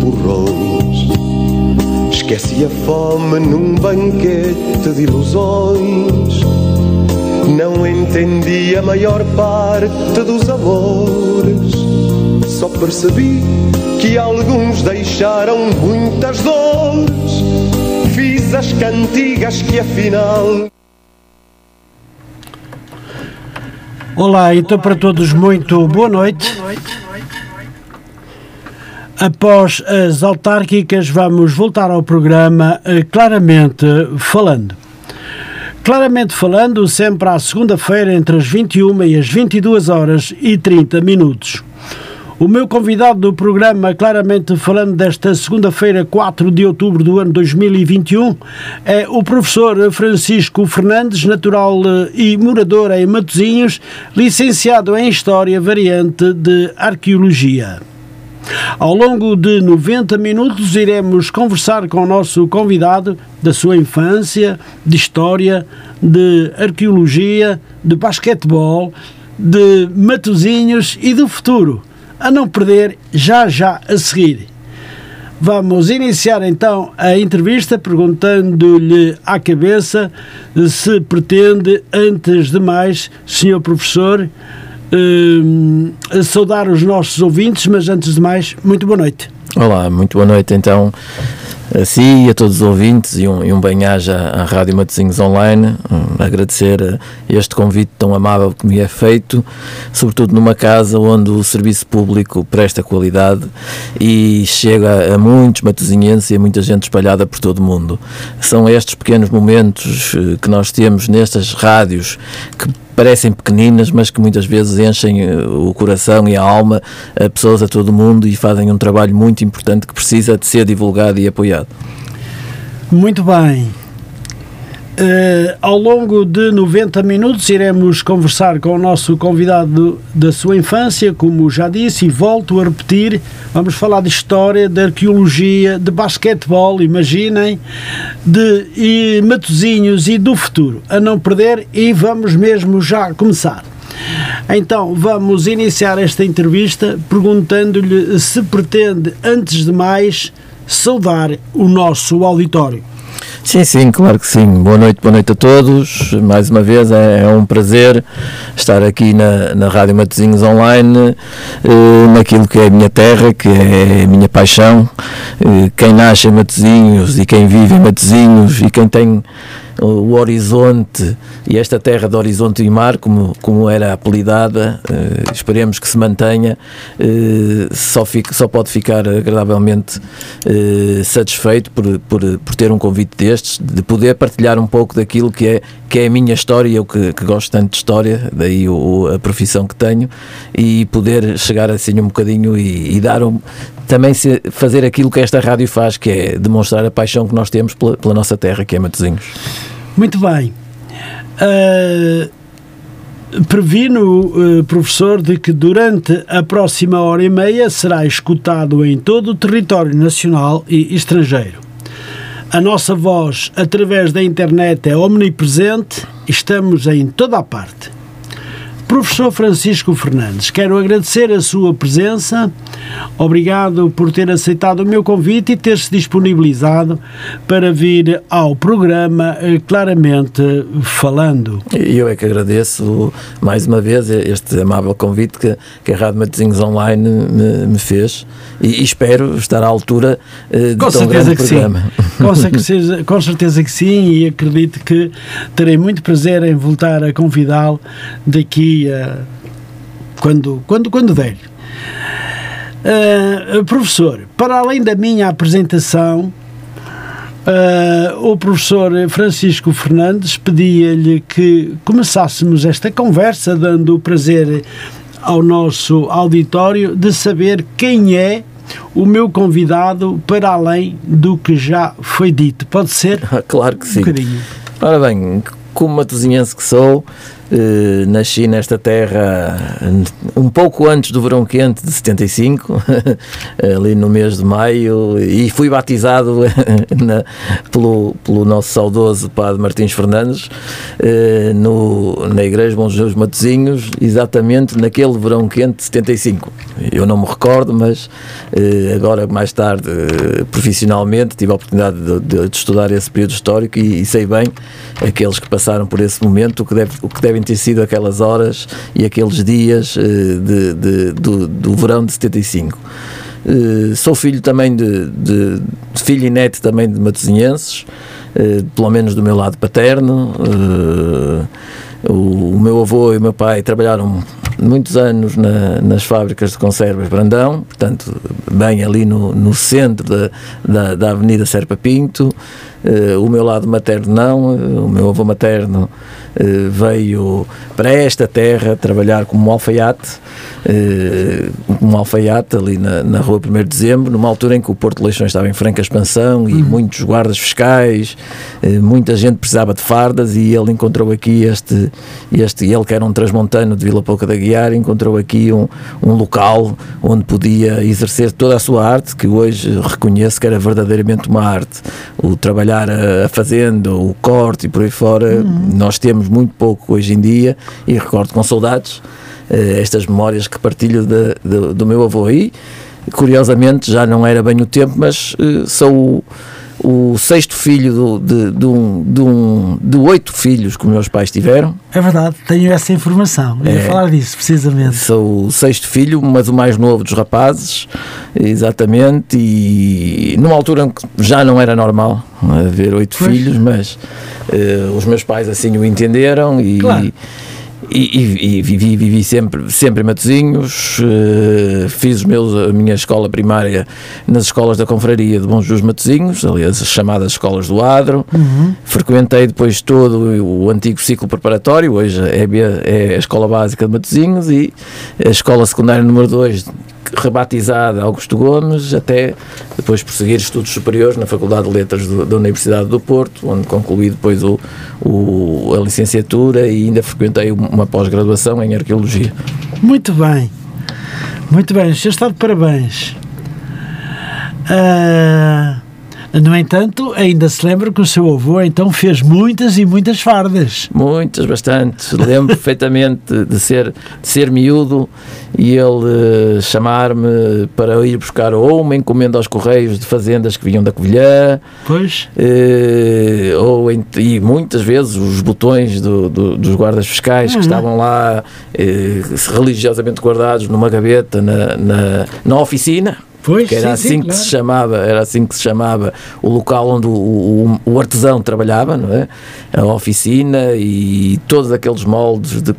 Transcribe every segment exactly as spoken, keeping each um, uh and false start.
borrões. Esqueci a fome num banquete de ilusões. Não entendi a maior parte dos amores. Só percebi que alguns deixaram muitas dores. Fiz as cantigas que afinal... Olá, então para todos muito boa noite. Após as autárquicas vamos voltar ao programa Claramente Falando. Claramente Falando, sempre à segunda-feira entre as vinte e uma e as vinte e duas horas e trinta minutos. O meu convidado do programa Claramente Falando desta segunda-feira, quatro de outubro do ano dois mil e vinte e um, é o professor Francisco Fernandes, natural e morador em Matosinhos, licenciado em História, variante de Arqueologia. Ao longo de noventa minutos iremos conversar com o nosso convidado da sua infância, de História, de Arqueologia, de basquetebol, de Matosinhos e do futuro. A não perder, já já a seguir. Vamos iniciar então a entrevista perguntando-lhe à cabeça se pretende, antes de mais, senhor professor, eh, saudar os nossos ouvintes, mas antes de mais, muito boa noite. Olá, muito boa noite então a si e a todos os ouvintes e um, e um bem-aja à Rádio Matosinhos Online. Um, agradecer este convite tão amável que me é feito, sobretudo numa casa onde o serviço público presta qualidade e chega a muitos matosinhenses e a muita gente espalhada por todo o mundo. São estes pequenos momentos que nós temos nestas rádios que parecem pequeninas, mas que muitas vezes enchem o coração e a alma a pessoas a todo o mundo e fazem um trabalho muito importante que precisa de ser divulgado e apoiado. Muito bem. Uh, ao longo de noventa minutos iremos conversar com o nosso convidado da sua infância, como já disse, e volto a repetir, vamos falar de História, de Arqueologia, de basquetebol, imaginem, de e, Matosinhos e do futuro, a não perder, e vamos mesmo já começar. Então vamos iniciar esta entrevista perguntando-lhe se pretende, antes de mais, saudar o nosso auditório. Sim, sim, claro que sim. Boa noite, boa noite a todos. Mais uma vez é, é um prazer estar aqui na, na Rádio Matosinhos Online, eh, naquilo que é a minha terra, que é a minha paixão. Eh, quem nasce em Matosinhos e quem vive em Matosinhos e quem tem o horizonte e esta terra de horizonte e mar, como, como era apelidada, eh, esperemos que se mantenha, eh, só, fica, só pode ficar agradavelmente eh, satisfeito por, por, por ter um convite destes, de poder partilhar um pouco daquilo que é, que é a minha história, eu que, que gosto tanto de história, daí o, a profissão que tenho, e poder chegar assim um bocadinho e, e dar um, também se, fazer aquilo que esta rádio faz, que é demonstrar a paixão que nós temos pela, pela nossa terra, que é Matosinhos. Muito bem. Uh, previno, uh, professor, de que durante a próxima hora e meia será escutado em todo o território nacional e estrangeiro. A nossa voz, através da internet, é omnipresente, estamos em toda a parte. Professor Francisco Fernandes, quero agradecer a sua presença, obrigado por ter aceitado o meu convite e ter-se disponibilizado para vir ao programa Claramente Falando. Eu é que agradeço mais uma vez este amável convite que, que a Rádio Matosinhos Online me, me fez e, e espero estar à altura uh, de com tão grande que programa. Sim. Com, certeza, com certeza que sim, e acredito que terei muito prazer em voltar a convidá-lo daqui a quando, quando, quando der. Uh, professor, para além da minha apresentação, uh, o professor Francisco Fernandes pedia-lhe que começássemos esta conversa dando o prazer ao nosso auditório de saber quem é o meu convidado, para além do que já foi dito. Pode ser? Claro que sim. Um bocadinho. Ora bem, como matosinhense que sou, Uh, nasci nesta terra um pouco antes do verão quente de setenta e cinco, ali no mês de maio, e fui batizado na, pelo, pelo nosso saudoso Padre Martins Fernandes, uh, no, na Igreja Bom Jesus Matosinhos, exatamente naquele verão quente de setenta e cinco. Eu não me recordo, mas uh, agora mais tarde, uh, profissionalmente, tive a oportunidade de, de, de estudar esse período histórico e, e sei bem aqueles que passaram por esse momento, o que deve, o que devem ter sido aquelas horas e aqueles dias uh, de, de, do, do verão de setenta e cinco. Uh, sou filho também de, de, de filho e neto também de matosinhenses, uh, pelo menos do meu lado paterno. Uh, o, o meu avô e o meu pai trabalharam muitos anos na, nas fábricas de conservas Brandão, portanto bem ali no, no centro da, da, da Avenida Serpa Pinto. Uh, o meu lado materno não, uh, o meu avô materno uh, veio para esta terra trabalhar como alfaiate, uh, como alfaiate ali na, na rua primeiro de dezembro, numa altura em que o Porto de Leixões estava em franca expansão e uhum. muitos guardas fiscais, uh, muita gente precisava de fardas, e ele encontrou aqui este, este ele que era um transmontano de Vila Pouca da Guiar, encontrou aqui um, um local onde podia exercer toda a sua arte, que hoje reconheço que era verdadeiramente uma arte. O trabalhar a fazenda, o corte e por aí fora, uhum. nós temos muito pouco hoje em dia, e recordo com saudades uh, estas memórias que partilho de, de, do meu avô. E curiosamente já não era bem o tempo, mas uh, sou o, o sexto filho do, de, de, um, de, um, de oito filhos que meus pais tiveram. É verdade, tenho essa informação, eu ia é, falar disso precisamente. Sou o sexto filho, mas o mais novo dos rapazes, exatamente, e numa altura em que já não era normal haver oito pois. filhos, mas uh, os meus pais assim o entenderam, e, claro. e, e, e vivi, vivi sempre, sempre em Matosinhos. Uh, fiz os meus, a minha escola primária nas escolas da Confraria de Bom Jesus Matosinhos, aliás, as chamadas escolas do Adro. Uhum. Frequentei depois todo o, o antigo ciclo preparatório, hoje é, é a Escola Básica de Matosinhos, e a Escola Secundária número dois, rebatizada Augusto Gomes, até depois prosseguir estudos superiores na Faculdade de Letras do, da Universidade do Porto, onde concluí depois o, o, a licenciatura, e ainda frequentei uma pós-graduação em Arqueologia. Muito bem, muito bem, o senhor está de parabéns. Uh... No entanto, ainda se lembra que o seu avô então fez muitas e muitas fardas. Muitas, bastante. Lembro perfeitamente de ser, de ser miúdo e ele uh, chamar-me para ir buscar ou uma encomenda aos correios de fazendas que vinham da Covilhã. Pois. Uh, ou, e muitas vezes os botões do, do, dos guardas fiscais uhum. que estavam lá uh, religiosamente guardados numa gaveta na, na, na oficina. Pois, que era sim, assim sim, que claro. se chamava, era assim que se chamava o local onde o, o, o artesão trabalhava, não é? A oficina e todos aqueles moldes de,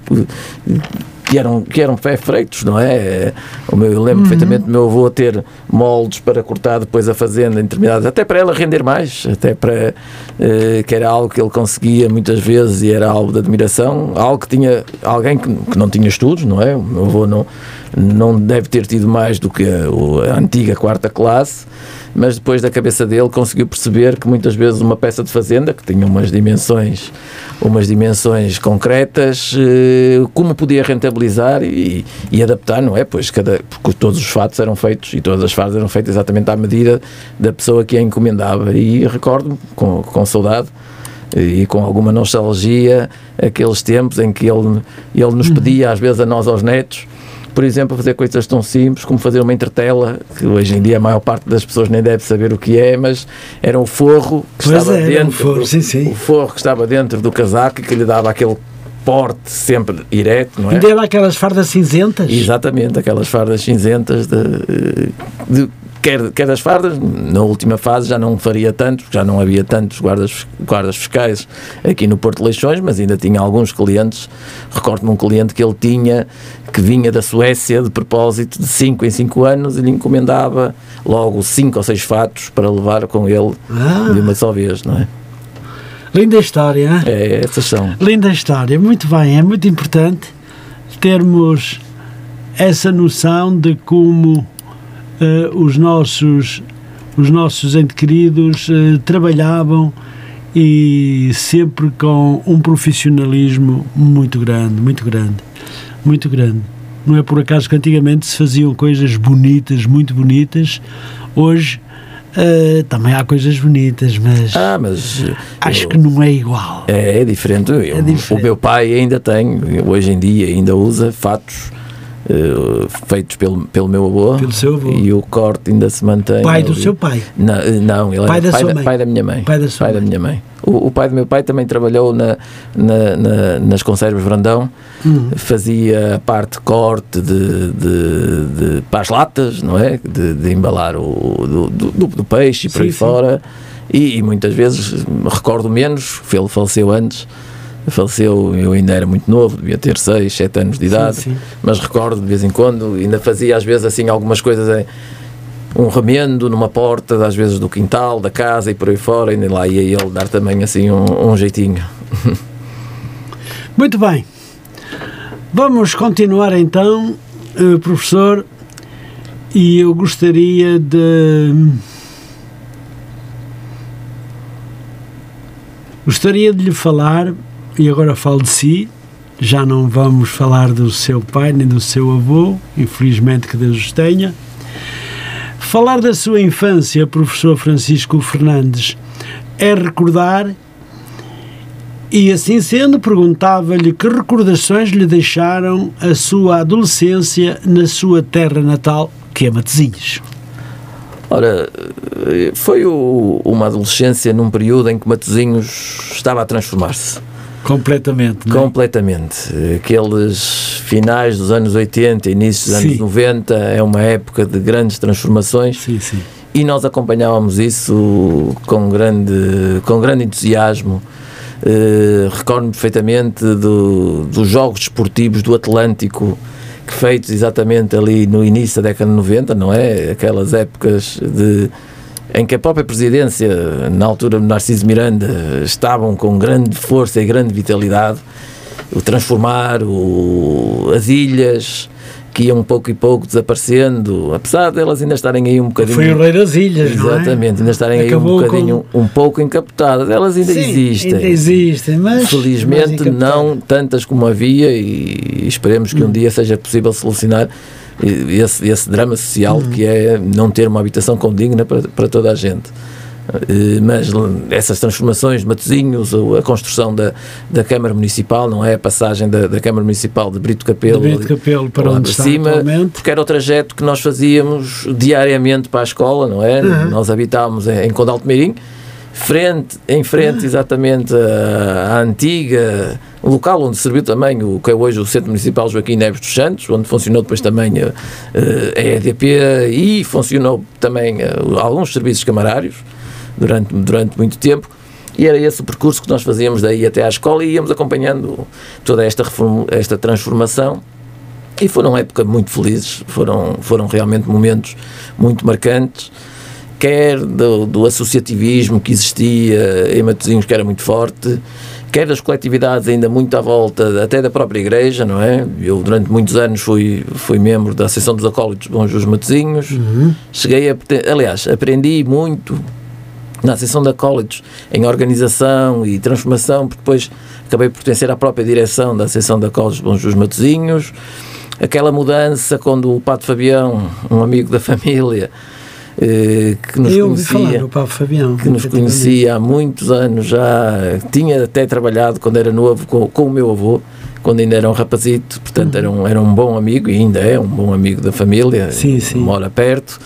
que eram, que eram feitos, não é? O meu, eu lembro uhum. perfeitamente do meu avô ter moldes para cortar depois a fazenda em determinadas, até para ela render mais, até para uh, que era algo que ele conseguia muitas vezes e era algo de admiração, algo que tinha alguém que, que não tinha estudos, não é? O meu avô não não deve ter tido mais do que a, a antiga quarta classe, mas depois da cabeça dele conseguiu perceber que muitas vezes uma peça de fazenda que tinha umas dimensões umas dimensões concretas, eh, como podia rentabilizar e, e adaptar, não é? Pois cada, porque todos os fatos eram feitos e todas as fardas eram feitas exatamente à medida da pessoa que a encomendava, e recordo com, com saudade e com alguma nostalgia aqueles tempos em que ele, ele nos pedia às vezes a nós, aos netos, por exemplo, fazer coisas tão simples como fazer uma entretela, que hoje em dia a maior parte das pessoas nem deve saber o que é, mas era o forro que pois estava é, dentro, o forro, do, sim, sim. o forro que estava dentro do casaco e que lhe dava aquele porte sempre ereto, não é? E era aquelas fardas cinzentas? Exatamente, aquelas fardas cinzentas de, de Quer, quer das fardas, na última fase já não faria tanto, já não havia tantos guardas, guardas fiscais aqui no Porto de Leixões, mas ainda tinha alguns clientes. Recordo-me um cliente que ele tinha, que vinha da Suécia de propósito, de cinco em cinco anos, e lhe encomendava logo cinco ou seis fatos para levar com ele ah. de uma só vez, não é? Linda história, hein? É, essas são. Linda história, muito bem, é muito importante termos essa noção de como Uh, os nossos os nossos entes queridos uh, trabalhavam e sempre com um profissionalismo muito grande, muito grande, muito grande. Não é por acaso que antigamente se faziam coisas bonitas, muito bonitas. Hoje uh, também há coisas bonitas, mas, ah, mas acho eu, que não é igual. É, é diferente. Eu, é diferente. O meu pai ainda tem, hoje em dia ainda usa fatos uh, feitos pelo, pelo meu avô, pelo seu avô, e o corte ainda se mantém. Pai do seu pai? Não, não ele pai é da pai, sua da, mãe. pai da minha mãe. Pai da, sua pai mãe. da minha mãe. O, o pai do meu pai também trabalhou na, na, na, nas conservas Brandão, uhum. Fazia a parte de corte de, de, de, para as latas, não é? De, de embalar o do, do, do peixe e por sim, aí sim. fora. E, e muitas vezes, recordo menos, ele faleceu antes, faleceu, eu ainda era muito novo, devia ter seis, sete anos de idade, sim, sim. Mas recordo de vez em quando, ainda fazia às vezes assim algumas coisas em um remendo numa porta, às vezes do quintal, da casa e por aí fora, e lá ia ele dar também assim um, um jeitinho. Muito bem. Vamos continuar então, uh, professor, e eu gostaria de... Gostaria de lhe falar, e agora falo de si, já não vamos falar do seu pai nem do seu avô, infelizmente que Deus os tenha. Falar da sua infância, professor Francisco Fernandes, é recordar, e assim sendo, perguntava-lhe que recordações lhe deixaram a sua adolescência na sua terra natal, que é Matosinhos. Ora, foi o, uma adolescência num período em que Matosinhos estava a transformar-se. Completamente, não é? Completamente. Aqueles finais dos anos oitenta, início dos sim. anos noventa, é uma época de grandes transformações. Sim, sim. E nós acompanhávamos isso com grande, com grande entusiasmo. Uh, recordo-me perfeitamente do, dos jogos desportivos do Atlântico, que feitos exatamente ali no início da década de noventa, não é? Aquelas épocas de... em que a própria presidência, na altura do Narciso Miranda, estavam com grande força e grande vitalidade, o transformar, o, as ilhas, que iam pouco e pouco desaparecendo, apesar delas ainda estarem aí um bocadinho... Foi o rei das ilhas, exatamente, não é? ainda estarem Acabou aí um bocadinho, com... um pouco encapotadas, elas ainda sim, existem. ainda existem, mas... Felizmente não tantas como havia, e esperemos que hum. um dia seja possível solucionar Esse, esse drama social uhum. que é não ter uma habitação condigna para, para toda a gente. Uh, mas essas transformações de Matosinhos, a construção da, da Câmara Municipal, não é? A passagem da, da Câmara Municipal de Brito Capelo, de Brito Capelo para onde está cima, atualmente, porque era o trajeto que nós fazíamos diariamente para a escola, não é? Uhum. Nós habitávamos em, em Condal de Meirim, frente, em frente exatamente à, à antiga, o local onde serviu também o que é hoje o Centro Municipal Joaquim Neves dos Santos, onde funcionou depois também a, a E D P e funcionou também a, alguns serviços camarários durante, durante muito tempo, e era esse o percurso que nós fazíamos daí até à escola, e íamos acompanhando toda esta, reform, esta transformação, e foram épocas muito felizes, foram, foram realmente momentos muito marcantes, quer do, do associativismo que existia em Matosinhos, que era muito forte, quer das coletividades ainda muito à volta, até da própria igreja, não é? Eu durante muitos anos fui, fui membro da Associação dos Acólitos Bom Jesus Matosinhos, uhum. Cheguei a, aliás, aprendi muito na Associação de Acólitos em organização e transformação, porque depois acabei por pertencer à própria direção da Associação de Acólitos Bom Jesus Matosinhos. Aquela mudança quando o Padre Fabião, um amigo da família, Eh, que nos eu conhecia, falar, o Paulo Fabião, que nos conhecia há muitos anos já, tinha até trabalhado quando era novo com, com o meu avô, quando ainda era um rapazito, portanto uhum. era, um, era um bom amigo, e ainda é um bom amigo da família, sim, sim. Mora perto,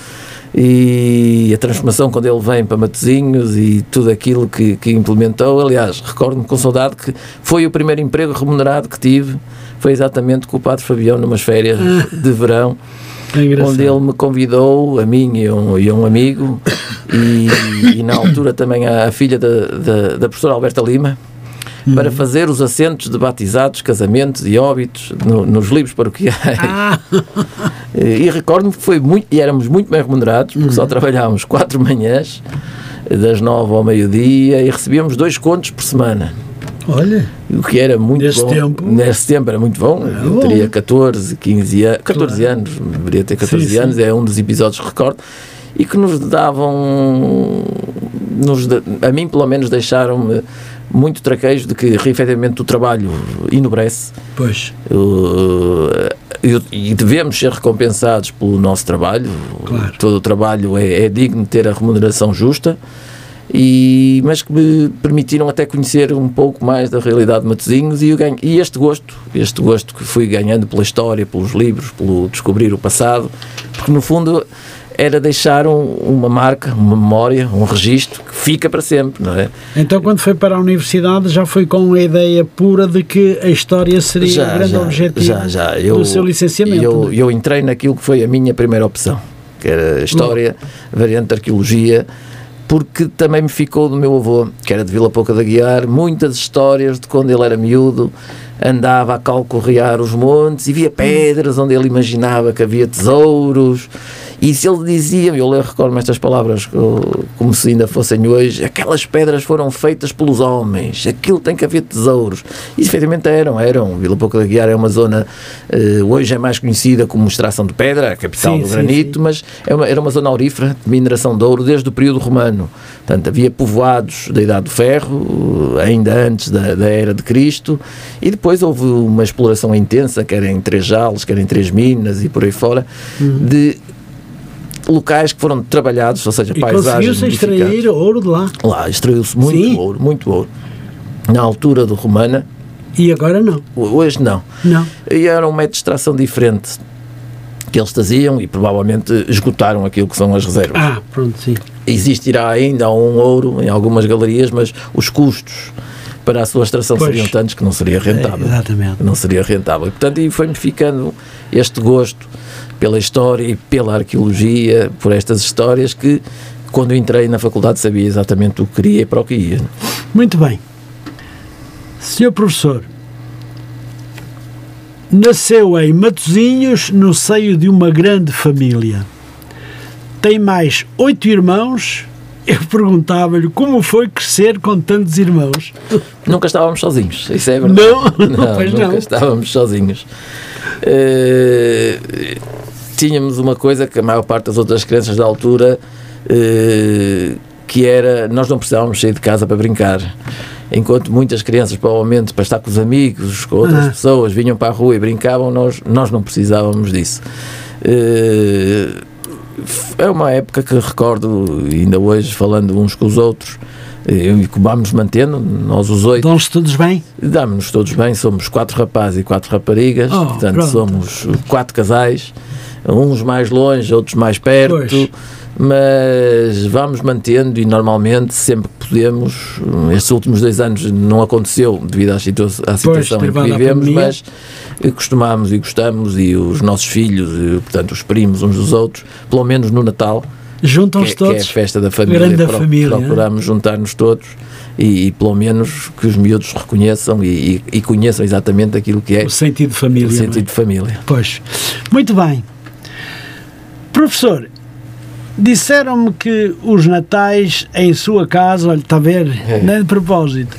e a transformação quando ele vem para Matosinhos e tudo aquilo que, que implementou, aliás, recordo-me com saudade que foi o primeiro emprego remunerado que tive, foi exatamente com o Padre Fabião numas férias de verão, é onde ele me convidou, a mim e um, e um amigo, e, e na altura também a, a filha da, da, da professora Alberta Lima, hum. para fazer os assentos de batizados, casamentos e óbitos no, nos livros paroquiais. Ah. E, e recordo-me que foi muito, e éramos muito bem remunerados, porque hum. só trabalhávamos quatro manhãs, das nove ao meio-dia, e recebíamos dois contos por semana. Olha, o que era muito nesse bom. Tempo, nesse tempo era muito bom. É eu bom. teria catorze, quinze anos, catorze claro. anos, deveria ter catorze sim, anos, sim. É um dos episódios que recordo, e que nos davam nos, a mim pelo menos deixaram-me muito traquejo de que efetivamente o trabalho enobrece. Pois. Uh, e devemos ser recompensados pelo nosso trabalho. Claro. Todo o trabalho é, é digno de ter a remuneração justa, e, mas que me permitiram até conhecer um pouco mais da realidade de Matosinhos, e, eu ganho, e este gosto, este gosto que fui ganhando pela história, pelos livros, pelo descobrir o passado, porque no fundo era deixar um, uma marca, uma memória, um registro que fica para sempre, não é? Então, quando foi para a universidade, já foi com a ideia pura de que a história seria já, o grande já, objetivo já, já. Eu, do seu licenciamento? Eu, eu entrei naquilo que foi a minha primeira opção, que era História, Bom. variante de Arqueologia, porque também me ficou do meu avô, que era de Vila Pouca da Guiar, muitas histórias de quando ele era miúdo, andava a calcorrear os montes e via pedras onde ele imaginava que havia tesouros. E se ele dizia, eu recordo-me estas palavras como se ainda fossem hoje, aquelas pedras foram feitas pelos homens, aquilo tem que haver tesouros. E efetivamente eram, eram. Vila Pouca da Guiar é uma zona, uh, hoje é mais conhecida como Extração de Pedra, a capital sim, do sim, granito, sim. mas é uma, era uma zona aurífera de mineração de ouro desde o período romano. Portanto, havia povoados da Idade do Ferro, ainda antes da, da Era de Cristo, e depois houve uma exploração intensa, quer em Três Jales, quer em Três Minas e por aí fora, uhum. de locais que foram trabalhados, ou seja, e paisagens conseguiu-se extrair ouro de lá. Lá, extraiu-se muito Sim. ouro, muito ouro. Na altura do Romana. E agora não? Hoje não. Não. E era um método de extração diferente que eles faziam e provavelmente esgotaram aquilo que são as reservas. Ah, pronto, sim. Existirá ainda um ouro em algumas galerias, mas os custos para a sua extração pois. seriam tantos que não seria rentável. É, exatamente. Não seria rentável. E, portanto, e foi-me ficando este gosto pela história e pela arqueologia, por estas histórias que, quando entrei na faculdade, sabia exatamente o que queria e para o que ia. Muito bem. senhor Professor, nasceu em Matosinhos, no seio de uma grande família. Tem mais oito irmãos. Eu perguntava-lhe como foi crescer com tantos irmãos. Nunca estávamos sozinhos, isso é verdade. Não, não pois nunca não. estávamos sozinhos. Uh, tínhamos uma coisa que a maior parte das outras crianças da altura, uh, que era, nós não precisávamos sair de casa para brincar. Enquanto muitas crianças, provavelmente, para estar com os amigos, com outras ah. pessoas, vinham para a rua e brincavam, nós, nós não precisávamos disso. Uh, é uma época que recordo, ainda hoje, falando uns com os outros, e que vamos mantendo, nós os oito. Dão-se todos bem? Damos-nos todos bem, somos quatro rapazes e quatro raparigas, oh, portanto pronto. somos quatro casais, uns mais longe, outros mais perto, pois. Mas vamos mantendo e normalmente, sempre que podemos, estes últimos dois anos não aconteceu devido à, situa à situação pois, em que vivemos, mas costumamos e gostamos, e os nossos filhos, e, portanto os primos uns dos outros, pelo menos no Natal, juntam-se todos, que é a festa da família, grande pro, família, procuramos é? juntar-nos todos e, e pelo menos que os miúdos reconheçam e, e, e conheçam exatamente aquilo que é o sentido de família. O sentido é? de família. Pois, muito bem. Professor, disseram-me que os natais em sua casa, olha, está a ver, é. nem de propósito,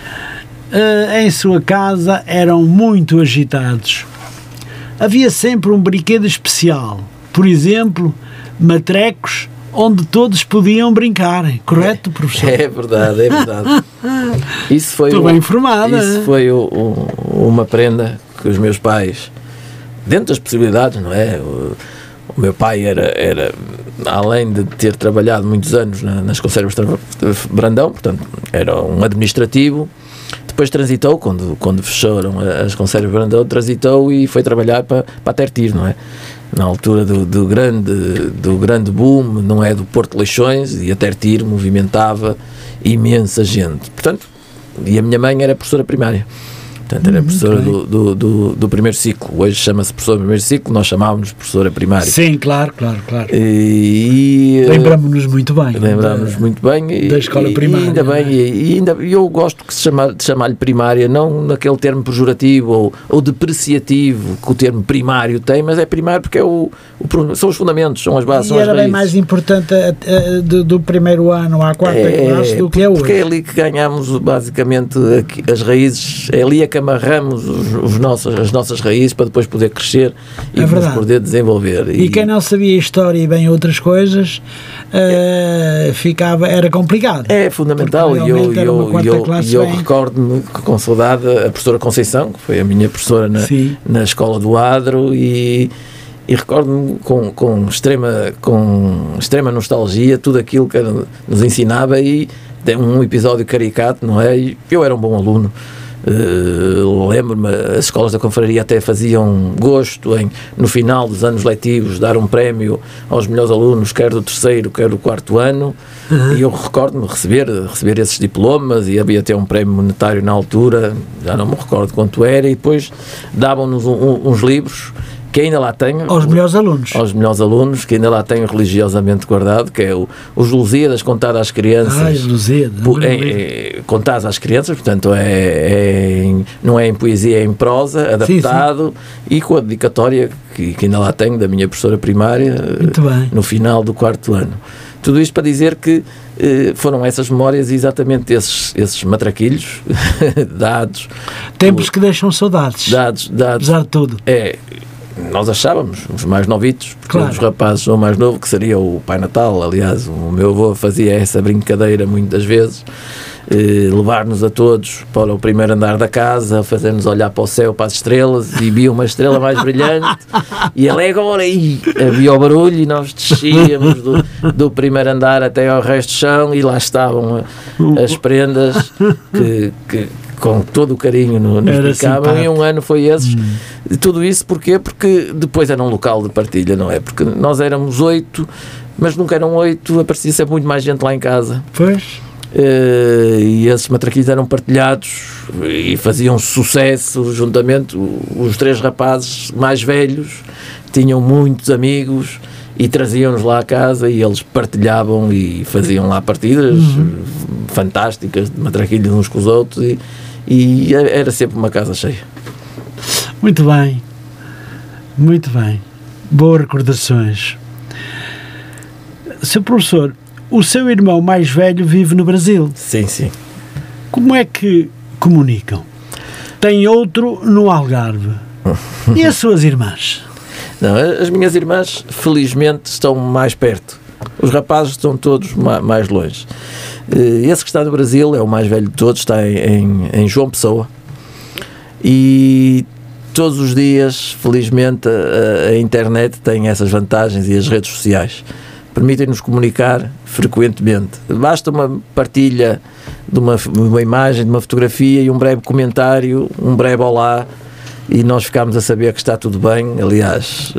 uh, em sua casa eram muito agitados. Havia sempre um brinquedo especial, por exemplo, matrecos, onde todos podiam brincar, correto, professor? É verdade, é verdade. Isso foi Estou o, bem informada. Isso foi o, o, uma prenda que os meus pais, dentro das possibilidades, não é? O, o meu pai era, era, além de ter trabalhado muitos anos na, nas conservas de Brandão, portanto, era um administrativo. Depois transitou, quando, quando fecharam as conservas de Brandão, transitou e foi trabalhar para, para a Tertir, não é? Na altura do, do, grande, do grande boom, não é? Do Porto de Leixões, e a Tertir movimentava imensa gente. Portanto, e a minha mãe era professora primária. Portanto, era professora okay. do, do, do, do primeiro ciclo. Hoje chama-se professora do primeiro ciclo, nós chamávamos professora primária. Sim, claro, claro, claro. E, e lembramos-nos muito bem. Lembramos-nos muito bem. E, da escola primária. E ainda bem, e, e ainda, eu gosto que se chama, de chamar-lhe primária, não naquele termo pejorativo ou, ou depreciativo que o termo primário tem, mas é primário porque é o, o, são os fundamentos, são as bases, e são as era raízes. Bem mais importante a, a, do, do primeiro ano à quarta é, classe do que é hoje. Porque é ali que ganhamos basicamente as raízes, é ali a que amarramos os, os nossos, as nossas raízes para depois poder crescer e É nos poder desenvolver. E, e quem não sabia história e bem outras coisas, uh, ficava, era complicado. É fundamental, e eu, eu, eu, eu recordo-me com saudade a professora Conceição, que foi a minha professora na, na escola do Adro, e, e recordo-me com, com, extrema, com extrema nostalgia tudo aquilo que nos ensinava, e tem um episódio caricato, não é? E eu era um bom aluno. Uh, lembro-me, as escolas da confraria até faziam gosto em, no final dos anos letivos, dar um prémio aos melhores alunos, quer do terceiro, quer do quarto ano, uhum. E eu recordo-me receber, receber esses diplomas, e havia até um prémio monetário na altura, já não me recordo quanto era, e depois davam-nos um, um, uns livros que ainda lá tenho, aos melhores alunos aos melhores alunos, que ainda lá tenho religiosamente guardado, que é o, os Lusíadas contados às crianças. Ah, os Lusíadas. É, é, contados às crianças, portanto é, é em, não é em poesia, é em prosa, adaptado, sim, sim. E com a dedicatória que, que ainda lá tenho da minha professora primária. Muito bem. No final do quarto ano. Tudo isto para dizer que eh, foram essas memórias, exatamente esses, esses matraquilhos dados. Tempos o, que deixam saudades. Dados, dados. Apesar de tudo. É. Nós achávamos, os mais novitos, porque claro. Os rapazes, o mais novo, que seria o Pai Natal, aliás, o meu avô fazia essa brincadeira muitas vezes, eh, levar-nos a todos para o primeiro andar da casa, fazer-nos olhar para o céu, para as estrelas, e via uma estrela mais brilhante, e ele é agora, e havia o barulho, e nós descíamos do, do primeiro andar até ao resto do chão, e lá estavam as prendas que... que com todo o carinho nos explicavam, e um ano foi esse. Hum. Tudo isso porquê? Porque depois era um local de partilha, não é? Porque nós éramos oito, mas nunca eram oito, aparecia sempre muito mais gente lá em casa. Pois. Uh, e esses matraquilhos eram partilhados e faziam sucesso juntamente. Os três rapazes mais velhos tinham muitos amigos e traziam-nos lá a casa, e eles partilhavam e faziam lá partidas uhum. fantásticas de matraquilhos uns com os outros, e, e era sempre uma casa cheia. Muito bem, muito bem, boas recordações. Seu professor, o seu irmão mais velho vive no Brasil. Sim, sim. Como é que comunicam? Tem outro no Algarve. E as suas irmãs? Não, as minhas irmãs, felizmente, estão mais perto. Os rapazes estão todos ma- mais longe. Esse que está no Brasil é o mais velho de todos, está em, em, em João Pessoa. E todos os dias, felizmente, a, a internet tem essas vantagens, e as redes sociais permitem-nos comunicar frequentemente. Basta uma partilha de uma, uma imagem, de uma fotografia, e um breve comentário, um breve olá, e nós ficámos a saber que está tudo bem. Aliás,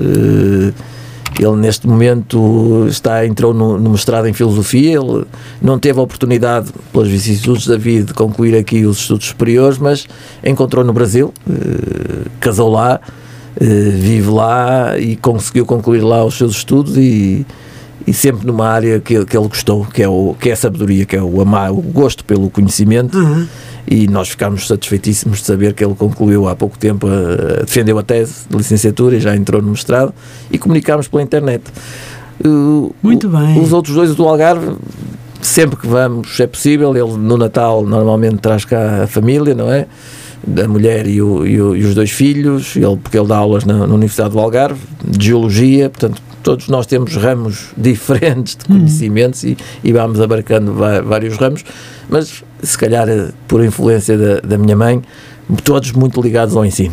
ele neste momento está, entrou no, no mestrado em Filosofia. Ele não teve a oportunidade, pelas vicissitudes da vida, de concluir aqui os estudos superiores, mas encontrou no Brasil, casou lá, vive lá, e conseguiu concluir lá os seus estudos, e, e sempre numa área que, que ele gostou, que é, o, que é a sabedoria, que é o amar, o gosto pelo conhecimento. Uhum. E nós ficámos satisfeitíssimos de saber que ele concluiu há pouco tempo, a, defendeu a tese de licenciatura e já entrou no mestrado, e comunicámos pela internet. Uh, Muito bem. Os outros dois do Algarve, sempre que vamos, é possível. Ele no Natal normalmente traz cá a família, não é? Da mulher e, o, e, o, e os dois filhos, ele, porque ele dá aulas na, na Universidade do Algarve, de Geologia, portanto todos nós temos ramos diferentes de conhecimentos, hum. e, e vamos abarcando vários ramos, mas se calhar por influência da, da minha mãe, todos muito ligados ao ensino.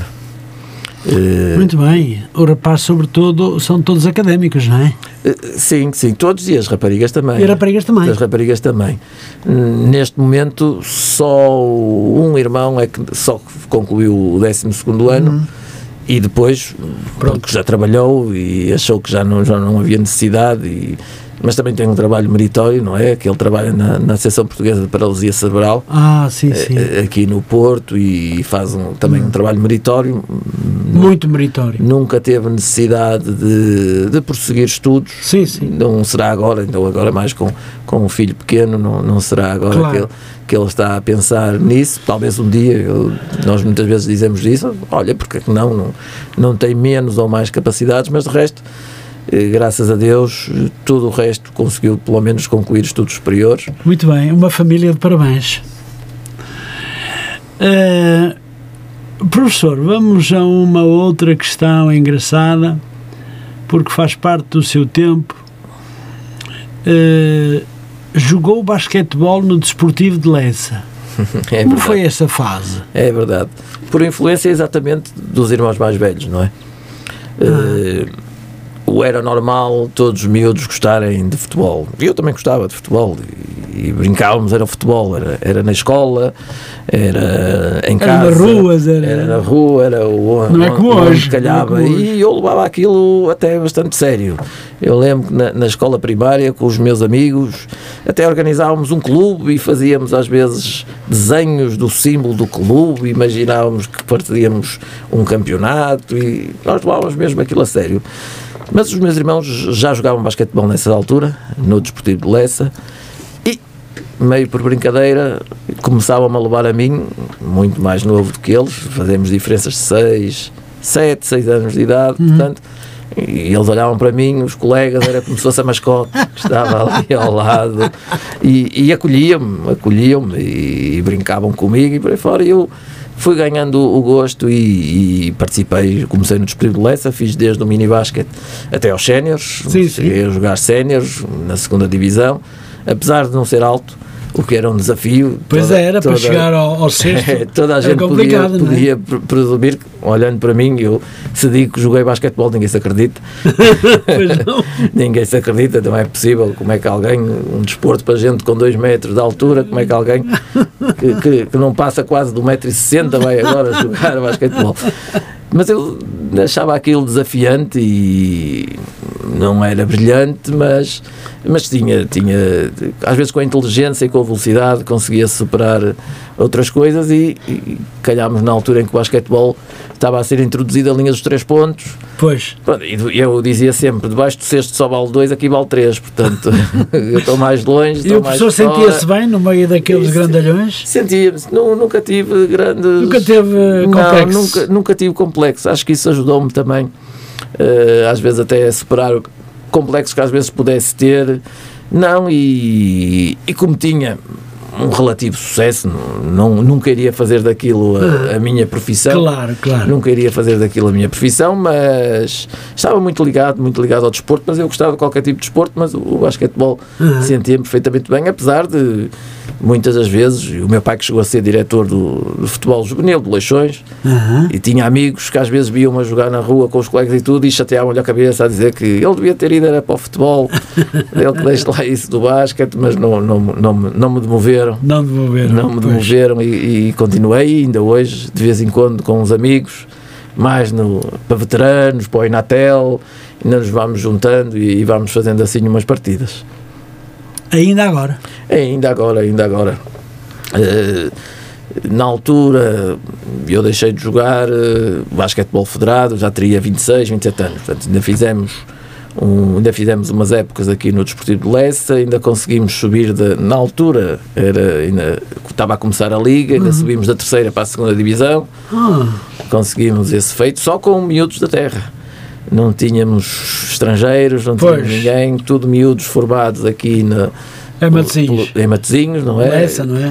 Muito bem. O rapaz, sobretudo, são todos académicos, não é? Sim, sim, todos, e as raparigas também. E as raparigas também. As raparigas também. Neste momento, só um irmão é que só concluiu o décimo segundo ano, uhum. E depois, pronto, já trabalhou e achou que já não, já não havia necessidade, e, mas também tem um trabalho meritório, não é? Que ele trabalha na, na Associação Portuguesa de Paralisia Cerebral, ah, sim, sim. aqui no Porto, e faz um, também um trabalho meritório. Muito meritório. Nunca teve necessidade de, de prosseguir estudos. Sim, sim. Não será agora, então agora mais com, com um filho pequeno, não, não será agora, claro, que ele, que ele está a pensar nisso. Talvez um dia, eu, nós muitas vezes dizemos isso, olha, porque não, não, não tem menos ou mais capacidades, mas de resto, eh, graças a Deus, todo o resto conseguiu pelo menos concluir estudos superiores. Muito bem, uma família de parabéns. Uh, Professor, vamos a uma outra questão engraçada, porque faz parte do seu tempo. Uh, jogou basquetebol no Desportivo de Lessa. É Como verdade. foi essa fase? É verdade. Por influência exatamente dos irmãos mais velhos, não é? Ah. Uh, o era normal todos os miúdos gostarem de futebol. Eu também gostava de futebol e, e brincávamos, era futebol, era, era na escola, era em casa. Era nas ruas, era... era na rua, era o não é como hoje, calhava. não é como hoje. E eu levava aquilo até bastante sério. Eu lembro que na, na escola primária, com os meus amigos, até organizávamos um clube e fazíamos às vezes desenhos do símbolo do clube, imaginávamos que partíamos um campeonato e nós levávamos mesmo aquilo a sério. Mas os meus irmãos já jogavam basquetebol nessa altura, no Desportivo de Lessa, e, meio por brincadeira, começavam a levar a mim, muito mais novo do que eles, fazemos diferenças de seis, sete, seis anos de idade, uhum. portanto, e eles olhavam para mim, os colegas, era como se fosse a mascote que estava ali ao lado, e, e acolhiam-me, acolhiam-me, e, e brincavam comigo, e por aí fora, e eu fui ganhando o gosto e, e participei, comecei no Desportivo de Lessa, fiz desde o mini-basket até aos séniores, cheguei a jogar séniores na segunda divisão, apesar de não ser alto, o que era um desafio. Pois toda, era, toda, para chegar ao, ao sexto, toda a gente podia, podia é? presumir, olhando para mim, eu se digo que joguei basquetebol, ninguém se acredita. Pois não. Ninguém se acredita, não é possível. Como é que alguém, um desporto para gente com dois metros de altura, como é que alguém que, que, que não passa quase de um metro e sessenta vai agora jogar basquetebol? Mas eu achava aquilo desafiante e não era brilhante, mas, mas tinha, tinha, às vezes com a inteligência e com a velocidade conseguia superar outras coisas e, e calhámos na altura em que o basquetebol estava a ser introduzido a linha dos três pontos. Pois. E eu dizia sempre, debaixo do cesto só vale dois, aqui vale três, portanto eu estou mais longe, estou e o mais professor sentia-se bem no meio daqueles e, grandalhões? Sentia-me, nunca tive grandes... Nunca teve complexo? Não, nunca, nunca tive complexo, acho que isso ajudou-me também, uh, às vezes até a superar complexos que às vezes pudesse ter, não, e, e como tinha um relativo sucesso, não, nunca iria fazer daquilo a, a minha profissão. Claro, claro. Nunca iria fazer daquilo a minha profissão, mas estava muito ligado, muito ligado ao desporto, mas eu gostava de qualquer tipo de desporto, mas o, o basquetebol uhum. sentia-me perfeitamente bem, apesar de muitas das vezes, o meu pai que chegou a ser diretor do, do futebol juvenil, do Leixões, uhum. e tinha amigos que às vezes viam-me a jogar na rua com os colegas e tudo, e chateavam-lhe a cabeça a dizer que ele devia ter ido era para o futebol, ele que deixe lá isso do basquete, mas não, não, não, não me demoveram. Não demoveram. Não me demoveram e, e continuei, ainda hoje, de vez em quando, com uns amigos, mais no, para veteranos, para o Inatel, ainda nos vamos juntando e, e vamos fazendo assim umas partidas. Ainda agora? Ainda agora, ainda agora. Uh, na altura, eu deixei de jogar uh, basquetebol federado, já teria vinte e seis, vinte e sete anos, portanto, ainda fizemos... Um, ainda fizemos umas épocas aqui no Desportivo de Lessa, ainda conseguimos subir de, na altura era, ainda, estava a começar a liga, ainda uhum. subimos da terceira para a segunda divisão, uhum. conseguimos esse feito só com miúdos da terra, não tínhamos estrangeiros, não pois. tínhamos ninguém, tudo miúdos formados aqui na, em Matosinhos, em Matosinhos, não é? Lessa, não é?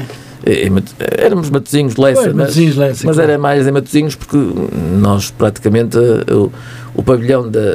Éramos Matosinhos de Lessa, pois, mas, Matosinhos, Lessa, mas claro. Era mais em Matosinhos porque nós praticamente o, o pavilhão de,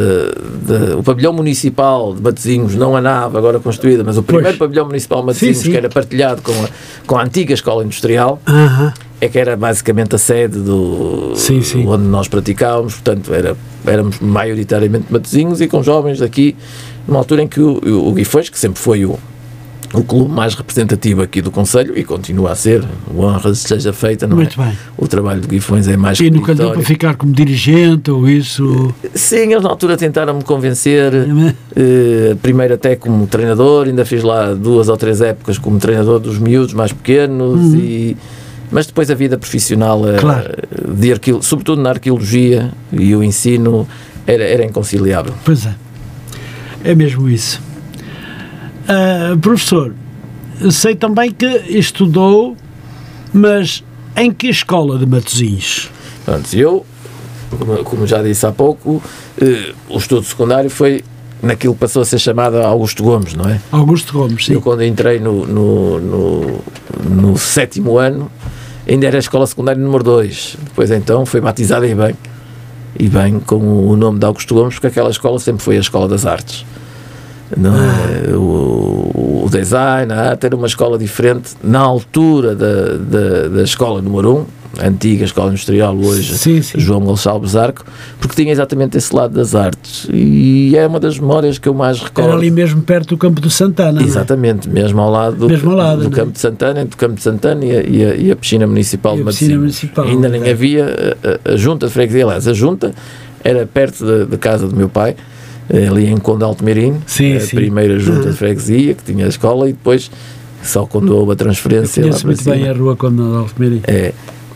de, de, o pavilhão municipal de Matosinhos, não a nave agora construída, mas o primeiro pois. pavilhão municipal de Matosinhos, sim, sim. que era partilhado com a, com a antiga escola industrial, uh-huh. é que era basicamente a sede do, sim, sim. onde nós praticávamos, portanto era, éramos maioritariamente Matosinhos e com jovens daqui, numa altura em que o, o, o Guifões, que sempre foi o o clube mais representativo aqui do concelho e continua a ser, honra seja feita, não Muito é? bem. O trabalho do Guifões é mais e nunca deu para ficar como dirigente ou isso? Sim, eles na altura tentaram-me convencer, eh, primeiro até como treinador, ainda fiz lá duas ou três épocas como treinador dos miúdos mais pequenos, uhum. e, mas depois a vida profissional, claro. de arqueo, sobretudo na arqueologia e o ensino, era, era inconciliável. Pois é, é mesmo isso. Uh, professor, sei também que estudou, mas em que escola de Matosinhos? Pronto, eu, como, como já disse há pouco, eh, o estudo secundário foi naquilo que passou a ser chamado Augusto Gomes, não é? Augusto Gomes, sim. Eu quando entrei no, no, no, no sétimo ano, ainda era a escola secundária número dois, depois então foi batizada e bem, e bem com o nome de Augusto Gomes, porque aquela escola sempre foi a Escola das Artes. Não é? o, o design, a arte era uma escola diferente na altura da, da, da escola número um, a antiga escola industrial, hoje sim, sim. João Gonçalves Arco, porque tinha exatamente esse lado das artes, e é uma das memórias que eu mais recordo. Era ali mesmo perto do Campo do Santana. Exatamente, não é? mesmo ao lado do, mesmo ao lado, do Campo de Santana, entre o Campo de Santana e a, e a, e a piscina municipal e de Matosinhos. Ainda nem é. havia a, a, a junta de freguesia, aliás, a junta era perto da, da casa do meu pai, ali em Conde Alto Mirino, sim, a sim. primeira junta uhum. de freguesia que tinha a escola, e depois só quando houve a transferência. Eu conheço muito bem a rua Conde Alto Mirino. É,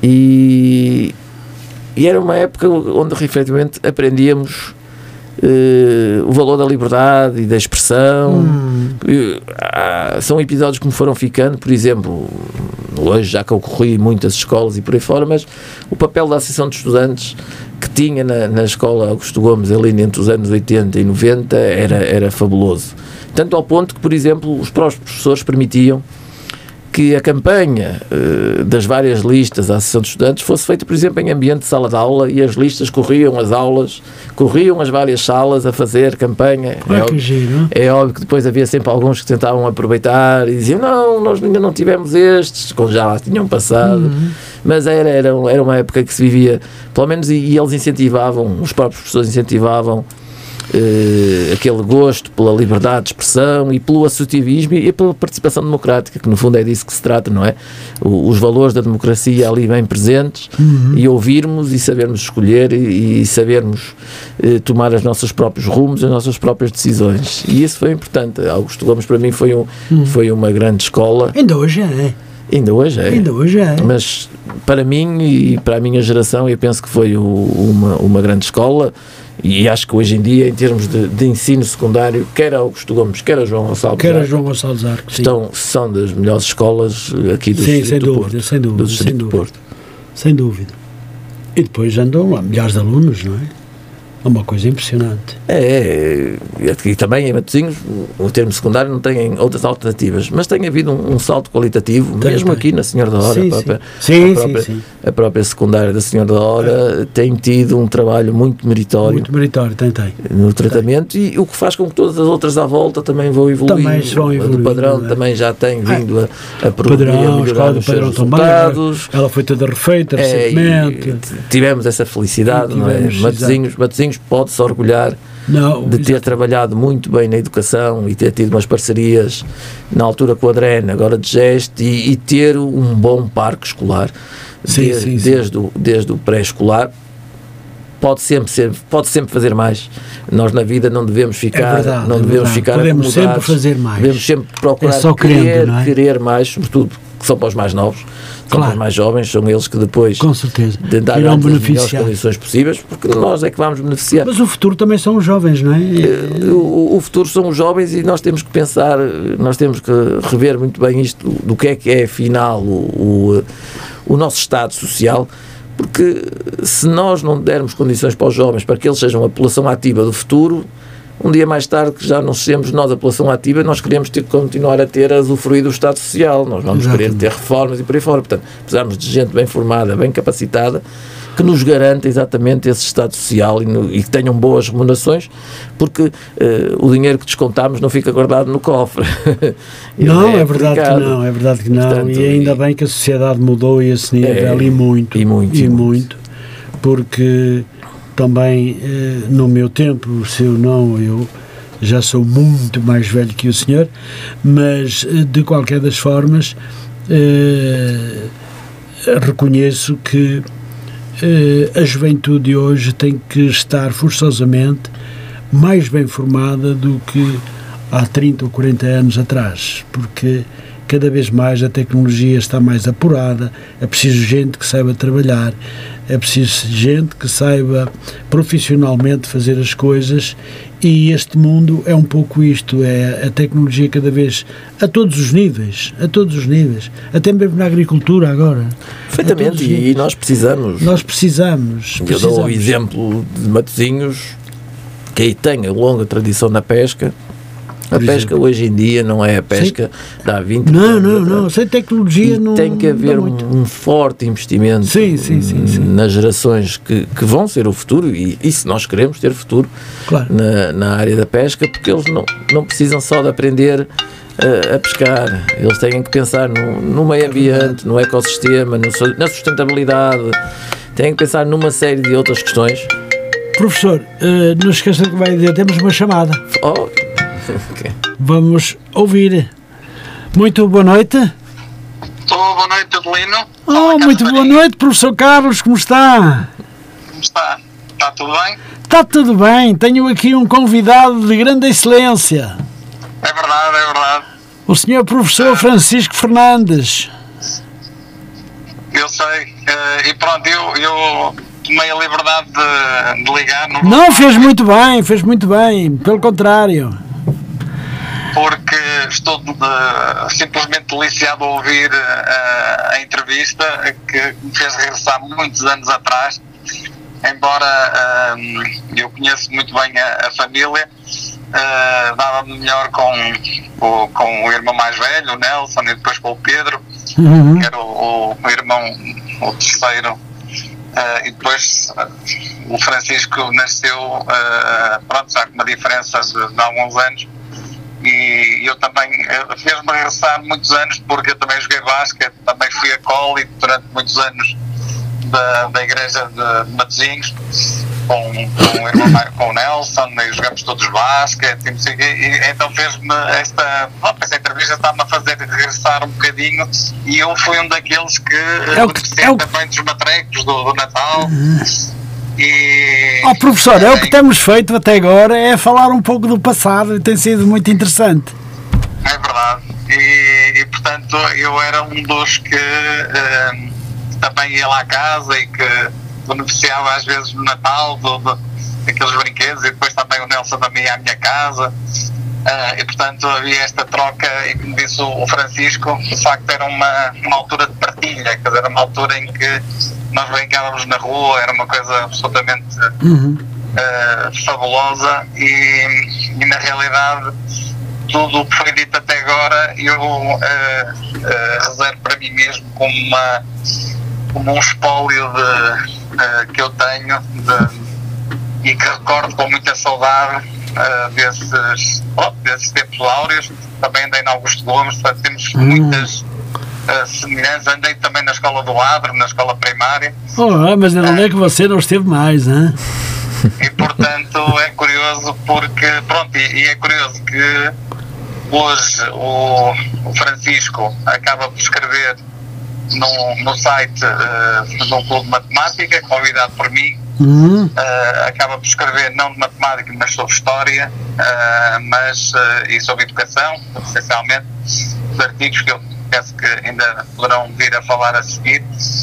e, e era uma época onde efetivamente aprendíamos uh, o valor da liberdade e da expressão. Hum. E, ah, são episódios que me foram ficando, por exemplo, hoje já que eu corri muitas escolas e por aí fora, mas o papel da Associação de Estudantes que tinha na, na escola Augusto Gomes ali entre os anos oitenta e noventa era, era fabuloso. Tanto ao ponto que, por exemplo, os próprios professores permitiam que a campanha uh, das várias listas da Associação de Estudantes fosse feita, por exemplo, em ambiente de sala de aula, e as listas corriam as aulas, corriam as várias salas a fazer campanha. Ah, é, que óbvio, giro. é óbvio que depois havia sempre alguns que tentavam aproveitar e diziam, não, nós ainda não tivemos estes, quando já lá tinham passado. Uhum. Mas era, era, era uma época que se vivia, pelo menos, e, e eles incentivavam, os próprios professores incentivavam Uh, aquele gosto pela liberdade de expressão e pelo associativismo e pela participação democrática, que no fundo é disso que se trata, não é? O, os valores da democracia ali bem presentes, uhum. e ouvirmos e sabermos escolher e, e sabermos uh, tomar os nossos próprios rumos, as nossas próprias decisões, e isso foi importante. Augusto Gomes para mim foi, um, uhum. foi uma grande escola. Ainda hoje é. Ainda hoje é. Ainda hoje é. Mas para mim e para a minha geração eu penso que foi o, uma, uma grande escola, e acho que hoje em dia, em termos de, de ensino secundário, quer a Augusto Gomes, quer a João Gonçalves quer a João Gonçalves Arco, estão, são das melhores escolas aqui do sim, Distrito sem do dúvida, Porto. Sem dúvida, do Distrito sem do dúvida. Porto. Sem dúvida. E depois andam lá milhares de alunos, não é? É uma coisa impressionante. É, e também em Matosinhos o termo secundário não tem outras alternativas, mas tem havido um, um salto qualitativo, tem, mesmo tem. Aqui na Senhora da Hora, sim, a, própria, sim. a, própria, sim, sim. a própria secundária da Senhora da Hora é. tem tido um trabalho muito meritório, muito meritório tem, tem. no tratamento, tem. E o que faz com que todas as outras à volta também vão evoluir. Também vão evoluir. O padrão é? também já tem vindo é. a, a progredir, a melhorar os seus resultados. Ela foi toda refeita recentemente. É, tivemos essa felicidade, tivemos, não é? Matosinhos, Matosinhos pode-se orgulhar Não, de ter exatamente. trabalhado muito bem na educação e ter tido umas parcerias na altura com a Adrena, agora de Gesto, e, e ter um bom parque escolar, sim, de, sim, desde, sim. O, desde o pré-escolar. Pode sempre, ser, pode sempre fazer mais. Nós na vida não devemos ficar, é verdade, não é devemos verdade. ficar Podemos acomodados. sempre fazer mais. Devemos sempre procurar é só querer, querendo, não é? querer mais, sobretudo que são para os mais novos, são claro. para os mais jovens, são eles que depois com certeza de dar as melhores condições possíveis, porque nós é que vamos beneficiar. Mas o futuro também são os jovens, não é? O, o futuro são os jovens, e nós temos que pensar, nós temos que rever muito bem isto, do que é que é afinal o, o, o nosso estado social, porque se nós não dermos condições para os jovens para que eles sejam a população ativa do futuro, um dia mais tarde, que já não sejamos nós a população ativa, nós queremos ter que continuar a ter a usufruir do Estado Social, nós vamos Exatamente. querer ter reformas e por aí fora. Portanto, precisamos de gente bem formada, bem capacitada, que nos garanta exatamente esse Estado Social e, no, e que tenham boas remunerações, porque uh, o dinheiro que descontamos não fica guardado no cofre. Não, é, é verdade que não, é verdade que não. Portanto, e ainda e, bem que a sociedade mudou a esse nível, é, e muito, e muito, e e muito, muito porque também no meu tempo, se eu não, eu já sou muito mais velho que o senhor, mas de qualquer das formas eh, reconheço que eh, a juventude de hoje tem que estar forçosamente mais bem formada do que há trinta ou quarenta anos atrás, porque cada vez mais a tecnologia está mais apurada, é preciso gente que saiba trabalhar, é preciso gente que saiba profissionalmente fazer as coisas, e este mundo é um pouco isto, é a tecnologia cada vez, a todos os níveis, a todos os níveis, até mesmo na agricultura agora. Perfeitamente, e nós precisamos. Nós precisamos. Eu precisamos. dou o exemplo de Matosinhos, que aí tem a longa tradição na pesca, A pesca exemplo. hoje em dia não é a pesca sim. de há vinte não, anos. Não, não, não. Sem tecnologia e não. Tem que haver um, um forte investimento sim, sim, sim, sim. nas gerações que, que vão ser o futuro, e, e se nós queremos ter futuro claro. na, na área da pesca, porque eles não, não precisam só de aprender a, a pescar, eles têm que pensar no, no meio ambiente, no ecossistema, no, na sustentabilidade, têm que pensar numa série de outras questões. Professor, uh, não esqueça que vai dizer, temos uma chamada. Oh. Okay. Vamos ouvir. Muito boa noite. Estou, boa noite, Adelino. Oh, muito boa noite, professor Carlos, como está? Como está? Está tudo bem? Está tudo bem, tenho aqui um convidado de grande excelência. É verdade, é verdade. O senhor professor Francisco Fernandes. Eu sei, uh, e pronto, eu, eu tomei a liberdade de, de ligar. No não, fez muito bem, fez muito bem, pelo contrário. Porque estou de, simplesmente deliciado a ouvir uh, a entrevista que me fez regressar muitos anos atrás, embora uh, eu conheço muito bem a, a família, uh, dava-me melhor com, com, com o irmão mais velho, o Nelson, e depois com o Pedro, uhum. que era o, o, o irmão, o terceiro. Uh, e depois uh, o Francisco nasceu, uh, pronto, já com uma diferença de, de alguns anos, e eu também, uh, fez-me regressar muitos anos, porque eu também joguei basquete, também fui acólito durante muitos anos da, da igreja de, de Matosinhos, com, com, o irmão, com o Nelson, e jogamos todos basquete, e, e então fez-me esta, oh, esta entrevista está-me a fazer regressar um bocadinho, e eu fui um daqueles que é beneficiei é também dos matrecos do, do Natal. Uhum. E, oh, professor, é o que temos feito até agora, é falar um pouco do passado, e tem sido muito interessante. É verdade, e, e portanto eu era um dos que uh, também ia lá à casa e que beneficiava às vezes no Natal do, do, daqueles brinquedos, e depois também o Nelson também ia à minha casa, uh, e portanto havia esta troca, e como disse o Francisco, de facto era uma, uma altura de partilha, quer dizer, era uma altura em que nós brincávamos na rua, era uma coisa absolutamente uhum. uh, fabulosa, e, e na realidade tudo o que foi dito até agora eu uh, uh, reservo para mim mesmo como, uma, como um espólio de, uh, que eu tenho de, e que recordo com muita saudade uh, desses, oh, desses tempos áureos. Também andei em Augusto Gomes, portanto temos uhum. muitas uh, semelhanças. Andei também na escola do Adro, na escola primária. Oh, mas não é que você não esteve mais, hein? E portanto é curioso porque, pronto, e, e é curioso que hoje o, o Francisco acaba por escrever no, no site uh, do Clube de Matemática, convidado por mim, uhum. uh, acaba por escrever não de matemática, mas sobre história, uh, mas, uh, e sobre educação, essencialmente, os artigos que eu penso que ainda poderão vir a falar a seguir.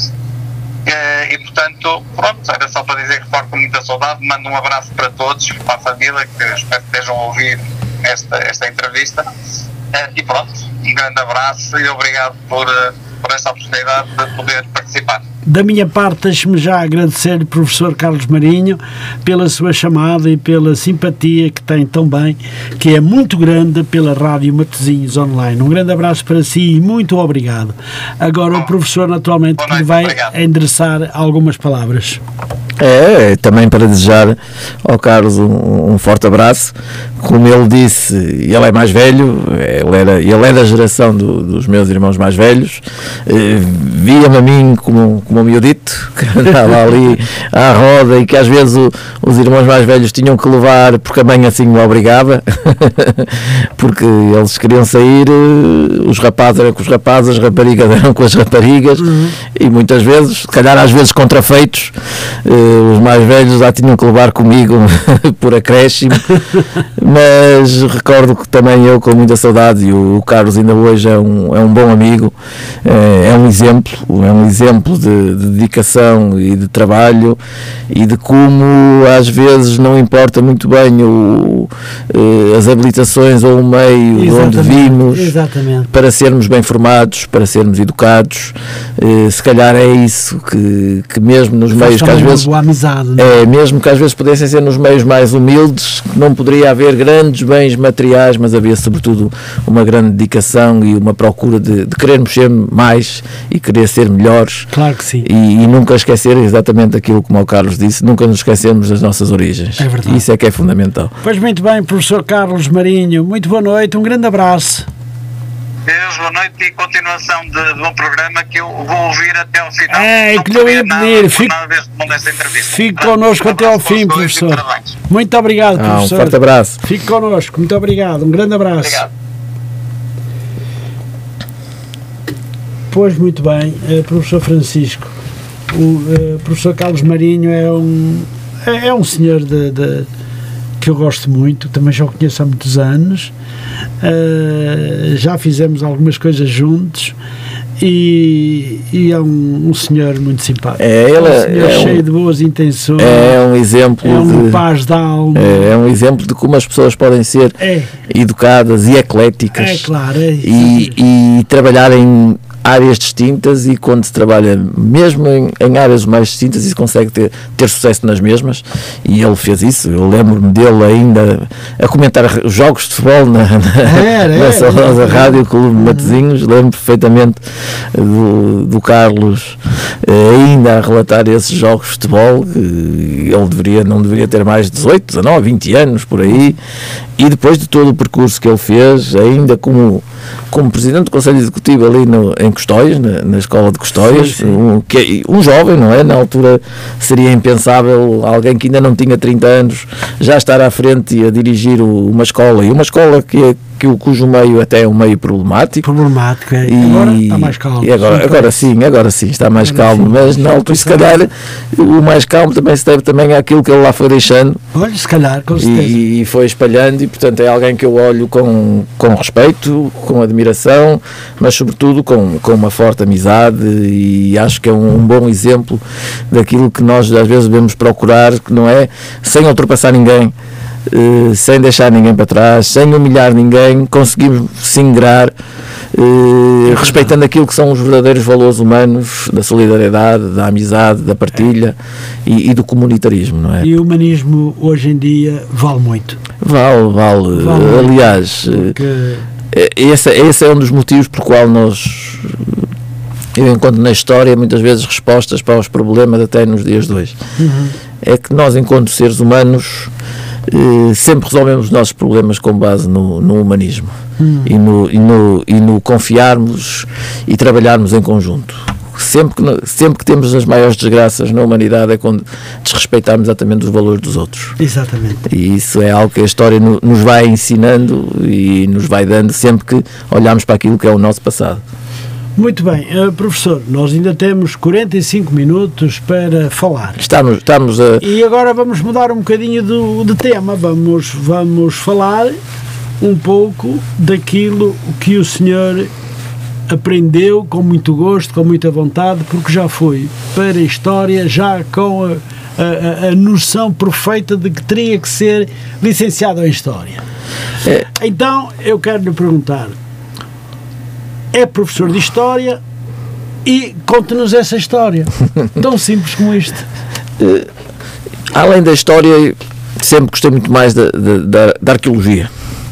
Uh, e portanto, pronto, era só para dizer que recordo com muita saudade, mando um abraço para todos, para a família, que espero que estejam a ouvir esta, esta entrevista, uh, e pronto, um grande abraço e obrigado por, uh, por esta oportunidade de poder participar. Da minha parte, deixe-me já agradecer-lhe, professor Carlos Marinho, pela sua chamada e pela simpatia que tem também, que é muito grande pela Rádio Matosinhos Online. Um grande abraço para si e muito obrigado. Agora Bom, o professor naturalmente lhe vai obrigado. endereçar algumas palavras. É, também para desejar ao Carlos um, um forte abraço. Como ele disse, ele é mais velho, ele, era, ele é da geração do, dos meus irmãos mais velhos, eh, via-me a mim como, como um miudito, que andava ali à roda e que às vezes o, os irmãos mais velhos tinham que levar porque a mãe assim me obrigava, porque eles queriam sair, os rapazes eram com os rapazes, as raparigas eram com as raparigas, uhum. e muitas vezes, se calhar às vezes contrafeitos, eh, os mais velhos já tinham que levar comigo por acréscimo, mas recordo que também eu com muita saudade, e o Carlos ainda hoje é um, é um bom amigo, é, é um exemplo, é um exemplo de, de dedicação e de trabalho, e de como às vezes não importa muito bem o, as habilitações ou o meio exatamente, onde vimos, exatamente. Para sermos bem formados, para sermos educados, se calhar é isso que, que mesmo nos meios que às vezes amizade. Não? É, mesmo que às vezes pudessem ser nos meios mais humildes, não poderia haver grandes bens materiais, mas havia sobretudo uma grande dedicação e uma procura de, de querermos ser mais e querer ser melhores. Claro que sim. E, e nunca esquecer exatamente aquilo como o Carlos disse, nunca nos esquecemos das nossas origens. É verdade. Isso é que é fundamental. Pois muito bem, professor Carlos Marinho, muito boa noite, um grande abraço. Deus, boa noite e continuação de bom programa que eu vou ouvir até ao final. É, não que eu ia nada, pedir, por fique, nada deste mundo desta entrevista. fique connosco Um até ao abraço para fim, os dois e professor. parabéns. Muito obrigado, Ah, um professor. forte abraço. Fique connosco, muito obrigado, um grande abraço. Obrigado. Pois muito bem, eh, professor Francisco, o eh, professor Carlos Marinho é um, é, é um senhor de, de, que eu gosto muito, também já o conheço há muitos anos, eh, já fizemos algumas coisas juntos e, e é um, um senhor muito simpático. É, ele um senhor é um- cheio de boas intenções, É um exemplo é um de, paz da alma. é, é um exemplo de como as pessoas podem ser É, educadas e ecléticas é claro, é isso. e, e trabalhar em áreas distintas, e quando se trabalha mesmo em, em áreas mais distintas e se consegue ter, ter sucesso nas mesmas, e ele fez isso. Eu lembro-me dele ainda a comentar os jogos de futebol na, na, Era, na era. saudosa Rádio Clube de Matosinhos. Lembro perfeitamente do, do Carlos eh, ainda a relatar esses jogos de futebol, que ele deveria, não deveria ter mais de dezoito, dezanove, vinte anos por aí, e depois de todo o percurso que ele fez, ainda como como presidente do Conselho Executivo ali no, em Custóias, na, na escola de Custóias, Sim, sim. Um, que, um jovem, não é? Na altura seria impensável alguém que ainda não tinha trinta anos já estar à frente e a dirigir o, uma escola, e uma escola que, é- que, o- cujo meio até é um meio problemático. Problemático, é. E, Agora está mais calmo. e agora, Sim, agora sim, agora sim, está mais Agora calmo, sim. mas na altura, se calhar, o mais calmo também se deve também àquilo que ele lá foi deixando. Olha, se calhar, com certeza. E, e foi espalhando, e portanto é alguém que eu olho com, com respeito, com admiração, mas sobretudo com, com uma forte amizade, e acho que é um, um bom exemplo daquilo que nós às vezes devemos procurar, que não é sem ultrapassar ninguém, eh, sem deixar ninguém para trás, sem humilhar ninguém, conseguimos se ingrar, eh, respeitando aquilo que são os verdadeiros valores humanos, da solidariedade, da amizade, da partilha e, e do comunitarismo, não é? E o humanismo hoje em dia vale muito. Vale, vale. Vale. Aliás, eh, Porque esse, esse é um dos motivos por qual nós, eu encontro na história muitas vezes respostas para os problemas até nos dias de hoje. uhum, É que nós, enquanto seres humanos, eh, sempre resolvemos os nossos problemas com base no, no humanismo, uhum. e, no, e, no, e no confiarmos e trabalharmos em conjunto. Sempre que, no- sempre que temos as maiores desgraças na humanidade é quando desrespeitamos exatamente os valores dos outros. Exatamente. E isso é algo que a história no- nos vai ensinando e nos vai dando sempre que olhamos para aquilo que é o nosso passado. Muito bem, eh, professor, nós ainda temos quarenta e cinco minutos para falar. Estamos, estamos a... E agora vamos mudar um bocadinho do, de tema. Vamos, vamos falar um pouco daquilo que o senhor aprendeu com muito gosto, com muita vontade, porque já foi para a história, já com a, a, a noção perfeita de que teria que ser licenciado em História. É. Então, eu quero lhe perguntar, é professor de História e conte-nos essa história, tão simples como isto. Além da história, sempre gostei muito mais da, da, da, da arqueologia.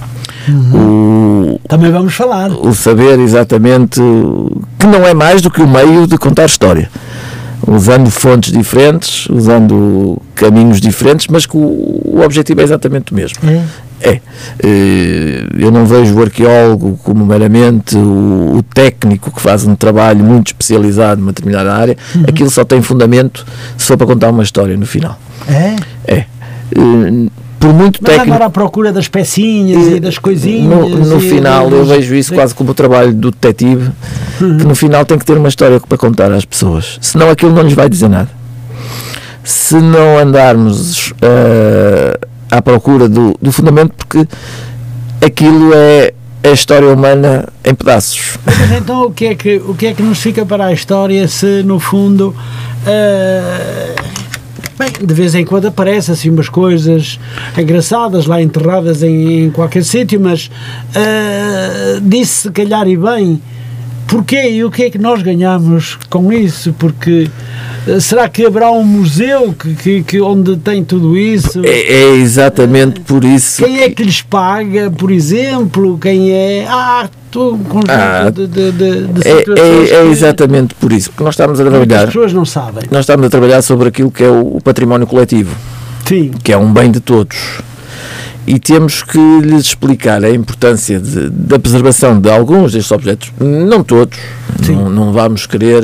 O, Também vamos falar. o saber exatamente que não é mais do que o meio de contar história, usando fontes diferentes, usando caminhos diferentes, mas que o, o objetivo é exatamente o mesmo. É. É. Eh, Eu não vejo o arqueólogo como meramente o, o técnico que faz um trabalho muito especializado numa determinada área. Uhum. Aquilo só tem fundamento se for para contar uma história no final. É? É. Eh, Por muito Mas técnico. andar à procura das pecinhas e das coisinhas. No, no e final eu dos- vejo isso quase como o trabalho do detetive, que no final tem que ter uma história para contar às pessoas, senão aquilo não lhes vai dizer nada. Se não andarmos eh, à procura do, do fundamento, porque aquilo é a história humana em pedaços. Mas então o que, é que, o que é que nos fica para a história se no fundo eh, bem, de vez em quando aparecem assim umas coisas engraçadas lá enterradas em, em qualquer sítio, mas eh, disse se calhar e bem porquê e o que é que nós ganhamos com isso? Porque será que haverá um museu que, que, que onde tem tudo isso? É, é exatamente por isso. Quem é que lhes paga, por exemplo? Quem é... Ah, estou um conjunto Ah, de, de, de, de É, situações é, é que exatamente por isso, porque nós estamos a muitas trabalhar, pessoas não sabem. nós estamos a trabalhar sobre aquilo que é o, o património coletivo, Sim. que é um bem de todos. E temos que lhes explicar a importância de, da preservação de alguns destes objetos, não todos, não, não vamos querer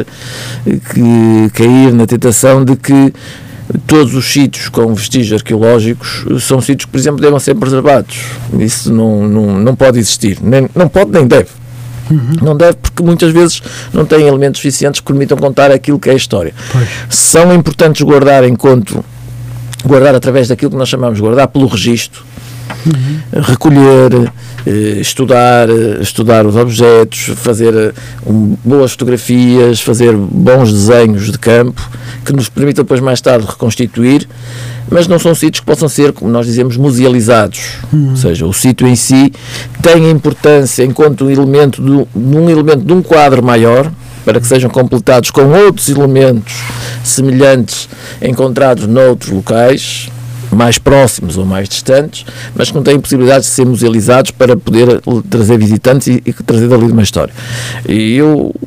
que, cair na tentação de que todos os sítios com vestígios arqueológicos são sítios que, por exemplo, devam ser preservados. Isso não, não, não pode existir, nem, não pode nem deve. Uhum. Não deve, porque muitas vezes não têm elementos suficientes que permitam contar aquilo que é a história. Pois. São importantes guardar enquanto guardar através daquilo que nós chamamos de guardar pelo registro. Uhum. Recolher, eh, estudar, eh, estudar os objetos, fazer eh, um, boas fotografias, fazer bons desenhos de campo que nos permitam depois mais tarde reconstituir, mas não são sítios que possam ser, como nós dizemos, musealizados. Uhum. Ou seja, o sítio em si tem importância enquanto um elemento de, um elemento de um quadro maior, para que sejam completados com outros elementos semelhantes encontrados noutros locais, mais próximos ou mais distantes, mas que não têm possibilidade de ser musealizados para poder trazer visitantes e, e trazer dali uma história. E eu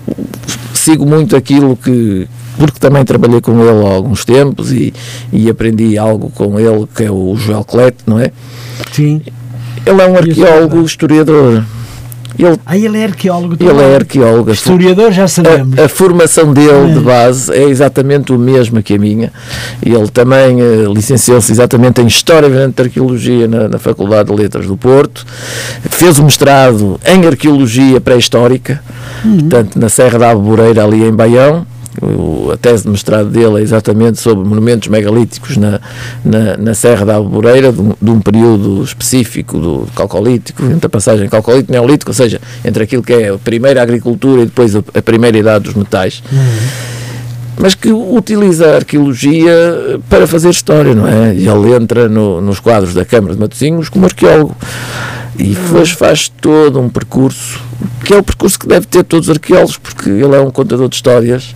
sigo muito aquilo que, porque também trabalhei com ele há alguns tempos e, e aprendi algo com ele, que é o Joel Clete, não é? Sim. Ele é um arqueólogo, historiador. Ele, ah, ele é arqueólogo também. Ele é arqueólogo. Historiador, já sabemos. A, a formação dele é. de base é exatamente a mesma que a minha. Ele também uh, licenciou-se exatamente em História e Arqueologia na, na Faculdade de Letras do Porto. Fez o mestrado em Arqueologia Pré-Histórica, uhum. portanto, na Serra da Alvoreira, ali em Baião. O, a tese de mestrado dele é exatamente sobre monumentos megalíticos na, na, na Serra da Alvoreira, de um, de um período específico do Calcolítico, entre a passagem Calcolítico e Neolítico, ou seja, entre aquilo que é a primeira agricultura e depois a, a primeira idade dos metais. Uhum. Mas que utiliza a arqueologia para fazer história, não é? E ele entra no, nos quadros da Câmara de Matosinhos como arqueólogo. E depois faz todo um percurso, que é o percurso que deve ter todos os arqueólogos, porque ele é um contador de histórias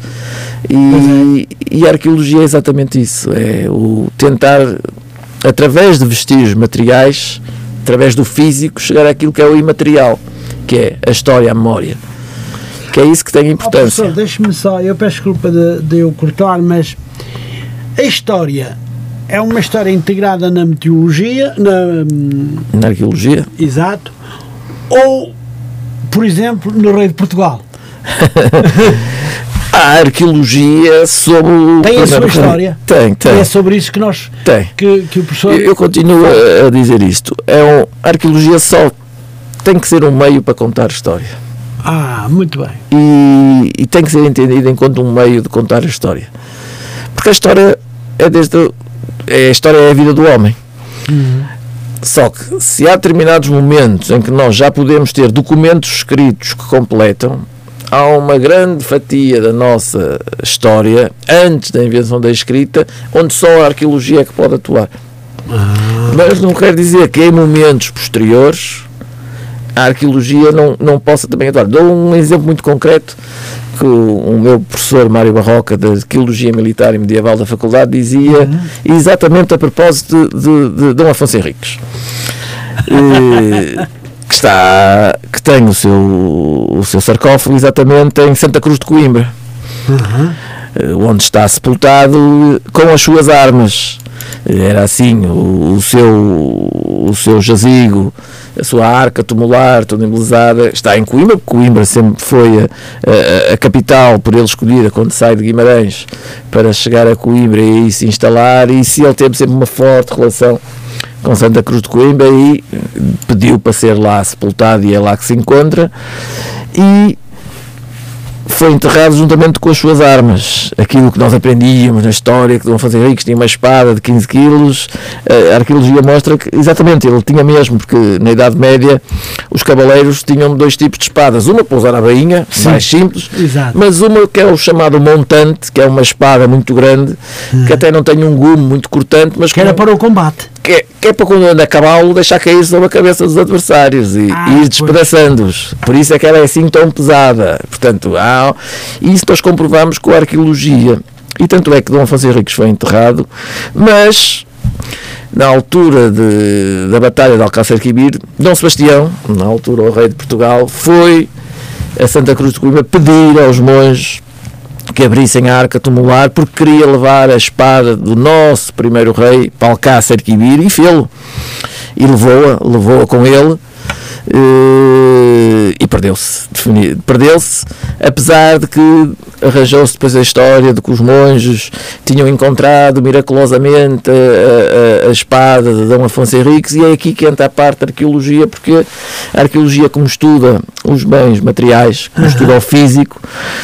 e, e a arqueologia é exatamente isso, é o tentar, através de vestígios materiais, através do físico, chegar àquilo que é o imaterial, que é a história, a memória, que é isso que tem importância. Oh, deixe-me só, eu peço desculpa de, de eu cortar, mas a história é uma história integrada na meteorologia, na, na arqueologia. Exato. Ou, por exemplo, no Rei de Portugal. A arqueologia sobre... Tem a sua história. Tem, tem. É sobre isso que nós... Tem. Que, que o professor... Eu, eu continuo a, a dizer isto. É um, a arqueologia só tem que ser um meio para contar história. Ah, muito bem. E, e tem que ser entendida enquanto um meio de contar a história. Porque a história é desde... A história é a vida do homem. Uhum. Só que se há determinados momentos em que nós já podemos ter documentos escritos que completam, há uma grande fatia da nossa história, antes da invenção da escrita, onde só a arqueologia é que pode atuar. Ah. Mas não quer dizer que em momentos posteriores a arqueologia não, não possa também atuar. Dou um exemplo muito concreto que o, o meu professor Mário Barroca, da Arqueologia Militar e Medieval da Faculdade, dizia uhum. exatamente a propósito de, de, de Dom Afonso Henriques, e, que, está, que tem o seu, o seu sarcófago exatamente em Santa Cruz de Coimbra, uhum. onde está sepultado com as suas armas. Era assim, o, o, seu, o seu jazigo, a sua arca tumular, toda embelezada, está em Coimbra, porque Coimbra sempre foi a, a, a capital por ele escolhida quando sai de Guimarães para chegar a Coimbra e aí se instalar, e se ele teve sempre uma forte relação com Santa Cruz de Coimbra e pediu para ser lá sepultado, e é lá que se encontra, e foi enterrado juntamente com as suas armas. Aquilo que nós aprendíamos na história, que Dom Afonso Henriques tinha uma espada de quinze quilos, a arqueologia mostra que, exatamente, ele tinha mesmo, porque na Idade Média os cavaleiros tinham dois tipos de espadas, uma para usar a bainha, sim, mais simples, exato, mas uma que é o chamado montante, que é uma espada muito grande, hum. que até não tem um gume muito cortante, mas que era para o combate. que é, que é para quando anda a cavalo deixar cair sobre a cabeça dos adversários e, ah, e ir despedaçando-os. Por isso é que ela é assim tão pesada. Portanto, há, isso nós comprovamos com a arqueologia. E tanto é que Dom Afonso Henriques foi enterrado, mas na altura de, da Batalha de Alcácer Quibir, Dom Sebastião, na altura o rei de Portugal, foi a Santa Cruz de Coimbra pedir aos monges que abrissem a arca tumular, porque queria levar a espada do nosso primeiro rei para Alcácer Quibir, e fê-lo. E levou-a, levou-a com ele, e, e perdeu-se. Perdeu-se, apesar de que arranjou-se depois a história de que os monges tinham encontrado miraculosamente a, a, a espada de Dom Afonso Henriques, e é aqui que entra a parte da arqueologia, porque a arqueologia, como estuda os bens materiais, como estuda o físico,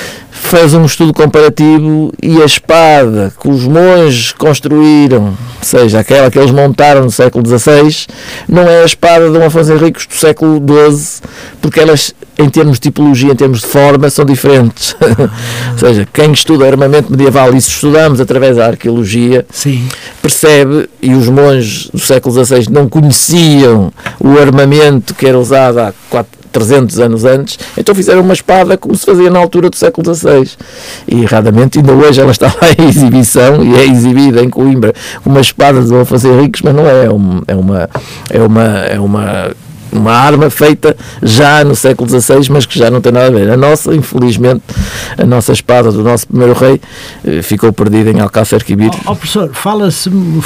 faz um estudo comparativo, e a espada que os monges construíram, ou seja, aquela que eles montaram no século dezasseis, não é a espada de Dom Afonso Henriques do século doze, porque elas, em termos de tipologia, em termos de forma, são diferentes. Ou seja, quem estuda armamento medieval, e se estudamos através da arqueologia, sim, percebe, e os monges do século dezasseis não conheciam o armamento que era usado há quatro trezentos anos antes, então fizeram uma espada como se fazia na altura do século dezasseis, e erradamente ainda hoje ela está lá em exibição, e é exibida em Coimbra uma espada de Dom Afonso Henriques, mas não é, é uma é uma é uma uma arma feita já no século dezasseis, mas que já não tem nada a ver. A nossa, infelizmente, a nossa espada do nosso primeiro rei eh, ficou perdida em Alcácer Quibir. Ó, oh, professor, fala-se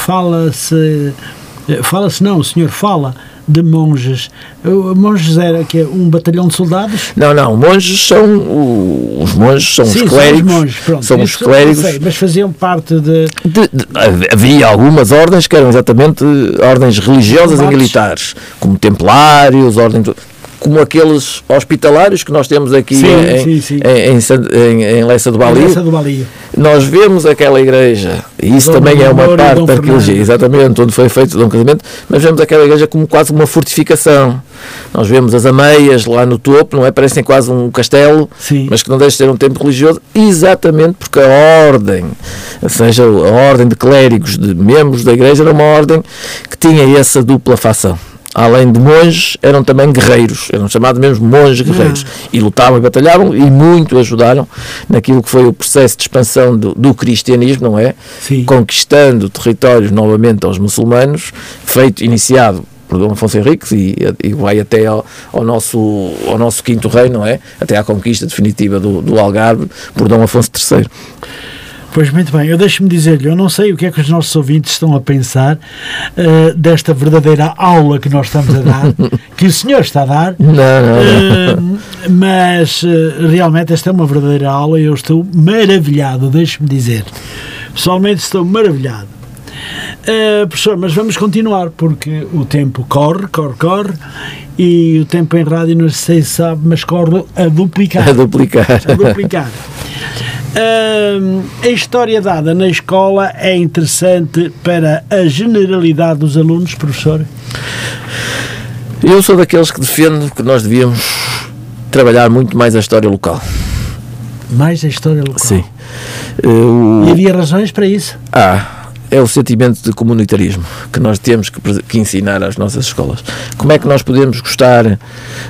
fala-se fala-se não, o senhor fala de monges. Monges era que é um batalhão de soldados? Não, não, monges são o, os monges são Sim, os clérigos, são os, monges, pronto, são os clérigos. Sei, mas faziam parte de... De, de... Havia algumas ordens que eram exatamente ordens religiosas e militares, como templários, ordens, como aqueles hospitalários que nós temos aqui sim, em, sim, sim. em, em, em Leça do Balio. Leça do Balio. Nós vemos aquela igreja, e isso Dom também é uma parte da arqueologia, exatamente, onde foi feito o casamento, mas vemos aquela igreja como quase uma fortificação. Nós vemos as ameias lá no topo, não é? Parecem quase um castelo, sim, mas que não deixa de ser um templo religioso, exatamente porque a ordem, ou seja, a ordem de clérigos, de membros da igreja, era uma ordem que tinha essa dupla facção. Além de monges, eram também guerreiros, eram chamados mesmo monges guerreiros, ah. e lutavam e batalhavam, e muito ajudaram naquilo que foi o processo de expansão do, do cristianismo, não é? Sim. Conquistando territórios novamente aos muçulmanos, feito, iniciado por Dom Afonso Henriques, e, e vai até ao, ao, nosso, ao nosso quinto rei, não é? Até à conquista definitiva do, do Algarve por Dom Afonso terceiro. Pois muito bem, eu deixo-me dizer-lhe, eu não sei o que é que os nossos ouvintes estão a pensar uh, desta verdadeira aula que nós estamos a dar, que o senhor está a dar, não, não, não. Uh, mas uh, realmente esta é uma verdadeira aula e eu estou maravilhado, deixe-me dizer, pessoalmente estou maravilhado. Uh, professor, mas vamos continuar, porque o tempo corre, corre, corre, e o tempo em rádio não sei se sabe, mas corre a duplicar. A duplicar. A duplicar. Uh, a história dada na escola é interessante para a generalidade dos alunos, professor? Eu sou daqueles que defendo que nós devíamos trabalhar muito mais a história local. Mais a história local? Sim. Uh, e havia razões para isso? Ah, é o sentimento de comunitarismo que nós temos que, que ensinar às nossas escolas. Como é que nós podemos gostar uh,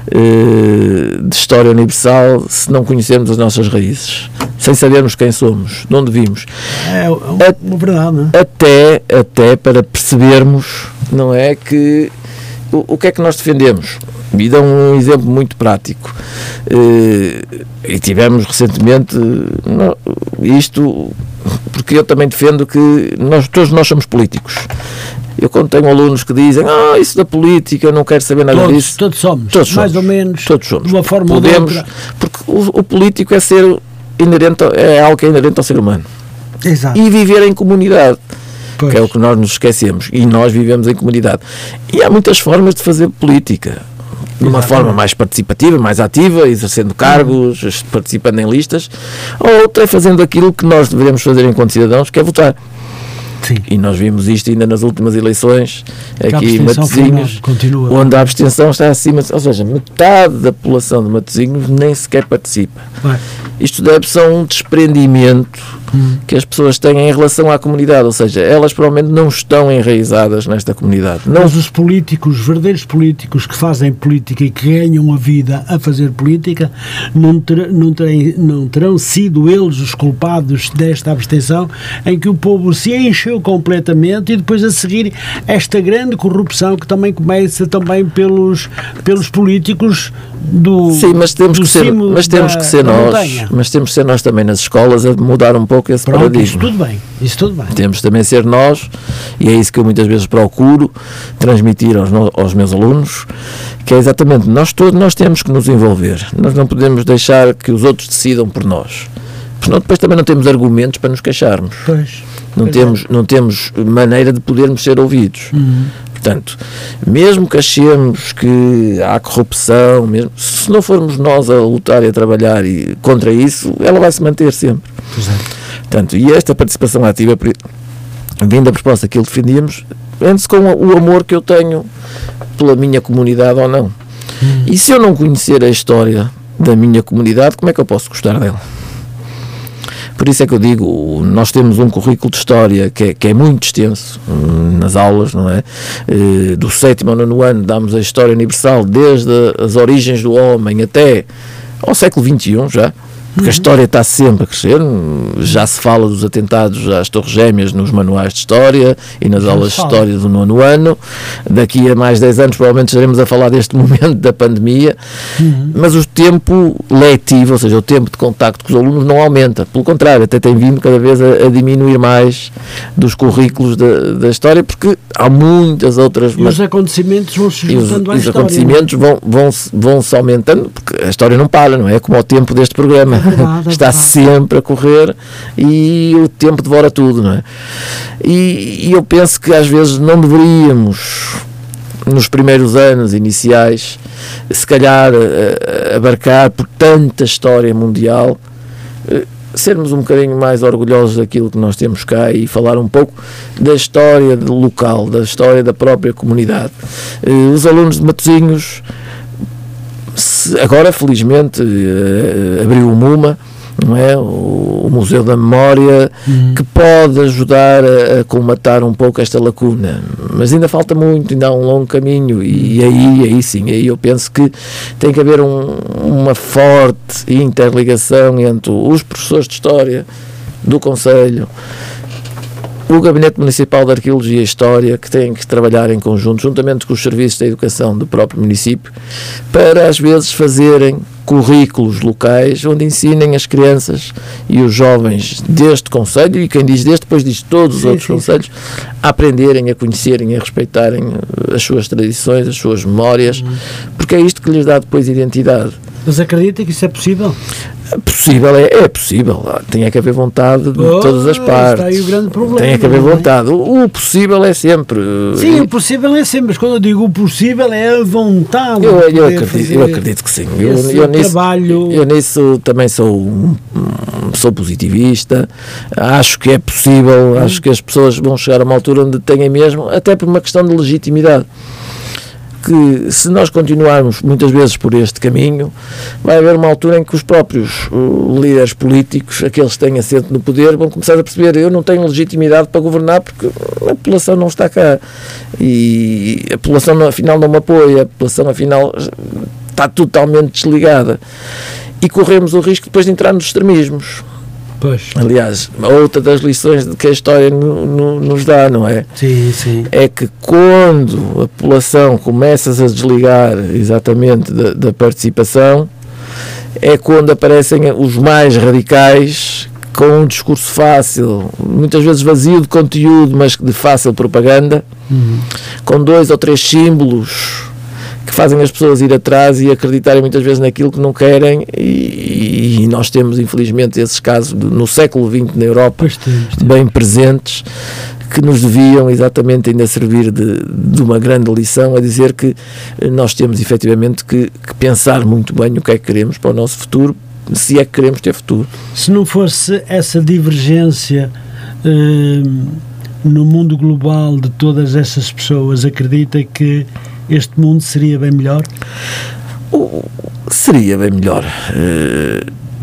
de história universal se não conhecermos as nossas raízes? Sem sabermos quem somos, de onde vimos. É, é uma verdade, não é? Até, até para percebermos, não é, que o, o que é que nós defendemos. E dão um exemplo muito prático. Uh, e tivemos recentemente uh, isto, porque eu também defendo que nós, todos nós somos políticos. Eu quando tenho alunos que dizem, ah, isso da política, eu não quero saber nada todos, disso. Todos somos, todos mais somos, ou menos, todos somos. de uma forma Podemos, ou de outra. Porque o, o político é ser inerente, é algo que é inerente ao ser humano. Exato. E viver em comunidade. Pois. Que é o que nós nos esquecemos. E nós vivemos em comunidade. E há muitas formas de fazer política. De uma forma mais participativa, mais ativa, exercendo cargos, uhum. participando em listas, ou outra é fazendo aquilo que nós deveríamos fazer enquanto cidadãos, que é votar. Sim. E nós vimos isto ainda nas últimas eleições, que aqui em Matosinhos, onde a abstenção está acima, ou seja, metade da população de Matosinhos nem sequer participa. Vai. Isto deve-se a um desprendimento hum. que as pessoas têm em relação à comunidade, ou seja, elas provavelmente não estão enraizadas nesta comunidade. Não... Mas os políticos, os verdadeiros políticos que fazem política e que ganham a vida a fazer política, não, ter, não, terem, não terão sido eles os culpados desta abstenção em que o povo se encheu completamente e depois a seguir esta grande corrupção que também começa também pelos, pelos políticos do Sim, mas temos que ser, mas temos da, que ser nós, mas temos que ser nós também nas escolas a mudar um pouco esse Pronto, paradigma. Isso tudo bem, isso tudo bem. Temos também ser nós, e é isso que eu muitas vezes procuro transmitir aos, no, aos meus alunos, que é exatamente, nós todos nós temos que nos envolver, nós não podemos deixar que os outros decidam por nós, porque senão depois também não temos argumentos para nos queixarmos. Pois, não, pois temos, é. não temos maneira de podermos ser ouvidos. Uhum. Portanto, mesmo que achemos que há corrupção, mesmo, se não formos nós a lutar e a trabalhar e, contra isso, ela vai se manter sempre. Exato. Portanto, e esta participação ativa, vindo a proposta que ele defendíamos, vende-se com o amor que eu tenho pela minha comunidade ou não. Hum. E se eu não conhecer a história da minha comunidade, como é que eu posso gostar dela? Por isso é que eu digo, nós temos um currículo de história que é, que é muito extenso hum, nas aulas, não é? E, do sétimo ao nono ano damos a história universal desde as origens do homem até ao século vinte e um já, porque a história está sempre a crescer, já se fala dos atentados às Torres Gêmeas nos manuais de história e nas aulas de história do nono ano, daqui a mais dez anos provavelmente estaremos a falar deste momento da pandemia, uhum. mas o tempo letivo, ou seja, o tempo de contacto com os alunos não aumenta, pelo contrário, até tem vindo cada vez a, a diminuir mais dos currículos da, da história, porque há muitas outras... E os acontecimentos vão se juntando à história. Os acontecimentos vão, vão, vão se aumentando, porque a história não para, não é? É como o tempo deste programa. Verdade, está verdade. sempre a correr e o tempo devora tudo, não é? E, e eu penso que às vezes não deveríamos, nos primeiros anos iniciais, se calhar uh, abarcar por tanta história mundial, uh, sermos um bocadinho mais orgulhosos daquilo que nós temos cá e falar um pouco da história do local, da história da própria comunidade. Uh, os alunos de Matosinhos, agora felizmente uh, abriu o MUMA, não é? O, o Museu da Memória, uhum. que pode ajudar a, a colmatar um pouco esta lacuna, mas ainda falta muito, ainda há um longo caminho e, e aí, aí sim, aí eu penso que tem que haver um, uma forte interligação entre os professores de História do Conselho, o Gabinete Municipal de Arqueologia e História, que têm que trabalhar em conjunto, juntamente com os serviços da educação do próprio município, para às vezes fazerem currículos locais onde ensinem as crianças e os jovens deste concelho, e quem diz deste, depois diz todos os sim, outros sim, concelhos, a aprenderem, a conhecerem, a respeitarem as suas tradições, as suas memórias, uhum. porque é isto que lhes dá depois identidade. Mas acredita que isso é possível? É possível, é, é possível. Tem que haver vontade de oh, todas as partes. Está aí o grande problema. Tem que haver vontade. O, o possível é sempre. Sim, e, o possível é sempre. Mas quando eu digo o possível é a vontade. Eu, eu, acredito, eu acredito que sim. Eu, eu, nisso, trabalho... eu nisso também sou, sou positivista. Acho que é possível. Hum. Acho que as pessoas vão chegar a uma altura onde têm mesmo, até por uma questão de legitimidade. Que se nós continuarmos muitas vezes por este caminho, vai haver uma altura em que os próprios uh, líderes políticos, aqueles que têm assento no poder, vão começar a perceber: eu não tenho legitimidade para governar porque a população não está cá e a população não, afinal não me apoia, a população afinal está totalmente desligada, e corremos o risco depois de entrar nos extremismos. Pois. Aliás, outra das lições que a história no, no, nos dá, não é? Sim, sim. É que quando a população começa a desligar exatamente da, da participação, é quando aparecem os mais radicais com um discurso fácil, muitas vezes vazio de conteúdo, mas de fácil propaganda, uhum. com dois ou três símbolos que fazem as pessoas ir atrás e acreditarem muitas vezes naquilo que não querem, e, e nós temos infelizmente esses casos de, no século vinte na Europa, temos, temos. bem presentes, que nos deviam exatamente ainda servir de, de uma grande lição, a dizer que nós temos efetivamente que, que pensar muito bem o que é que queremos para o nosso futuro, se é que queremos ter futuro. Se não fosse essa divergência hum, no mundo global de todas essas pessoas, acredita que este mundo seria bem melhor? Uh, seria bem melhor. Uh,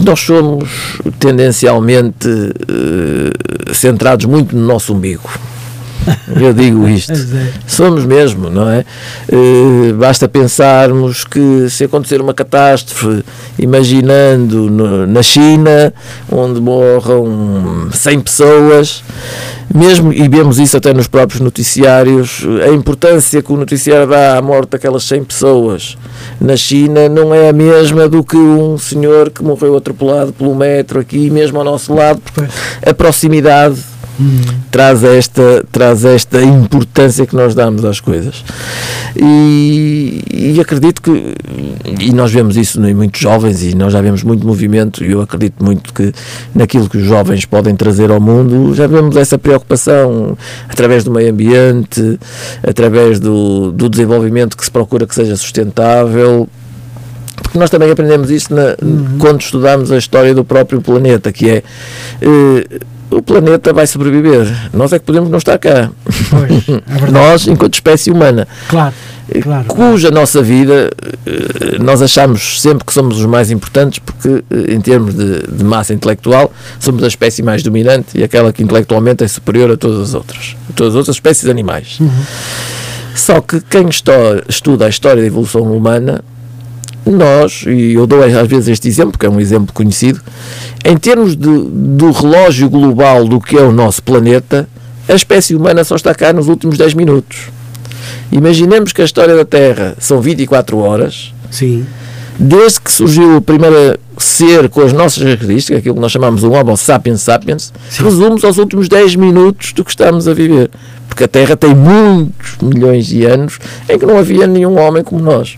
porque nós somos tendencialmente uh, centrados muito no nosso umbigo. Eu digo isto, somos mesmo, não é? Uh, basta pensarmos que se acontecer uma catástrofe, imaginando no, na China, onde morram cem pessoas, mesmo, e vemos isso até nos próprios noticiários, a importância que o noticiário dá à morte daquelas cem pessoas na China não é a mesma do que um senhor que morreu atropelado pelo metro aqui, mesmo ao nosso lado, porque a proximidade Hum. traz esta traz esta importância que nós damos às coisas, e, e acredito que, e nós vemos isso em muitos jovens, e nós já vemos muito movimento, e eu acredito muito que naquilo que os jovens podem trazer ao mundo, já vemos essa preocupação através do meio ambiente, através do, do desenvolvimento que se procura que seja sustentável, porque nós também aprendemos isso na, uhum. quando estudamos a história do próprio planeta, que é eh, o planeta vai sobreviver, nós é que podemos não estar cá. Pois, é nós, enquanto espécie humana, claro, claro, cuja claro. nossa vida, nós achamos sempre que somos os mais importantes, porque em termos de, de massa intelectual somos a espécie mais dominante e aquela que intelectualmente é superior a todas as outras, a todas as outras espécies animais. Uhum. Só que quem estuda a história da evolução humana, nós, e eu dou às vezes este exemplo, que é um exemplo conhecido, em termos de, do relógio global do que é o nosso planeta, a espécie humana só está cá nos últimos dez minutos. Imaginemos que a história da Terra são vinte e quatro horas. Sim. Desde que surgiu o primeiro ser com as nossas características, aquilo que nós chamamos de um Homo sapiens sapiens, resumos aos últimos dez minutos do que estamos a viver. Porque a Terra tem muitos milhões de anos em que não havia nenhum homem como nós.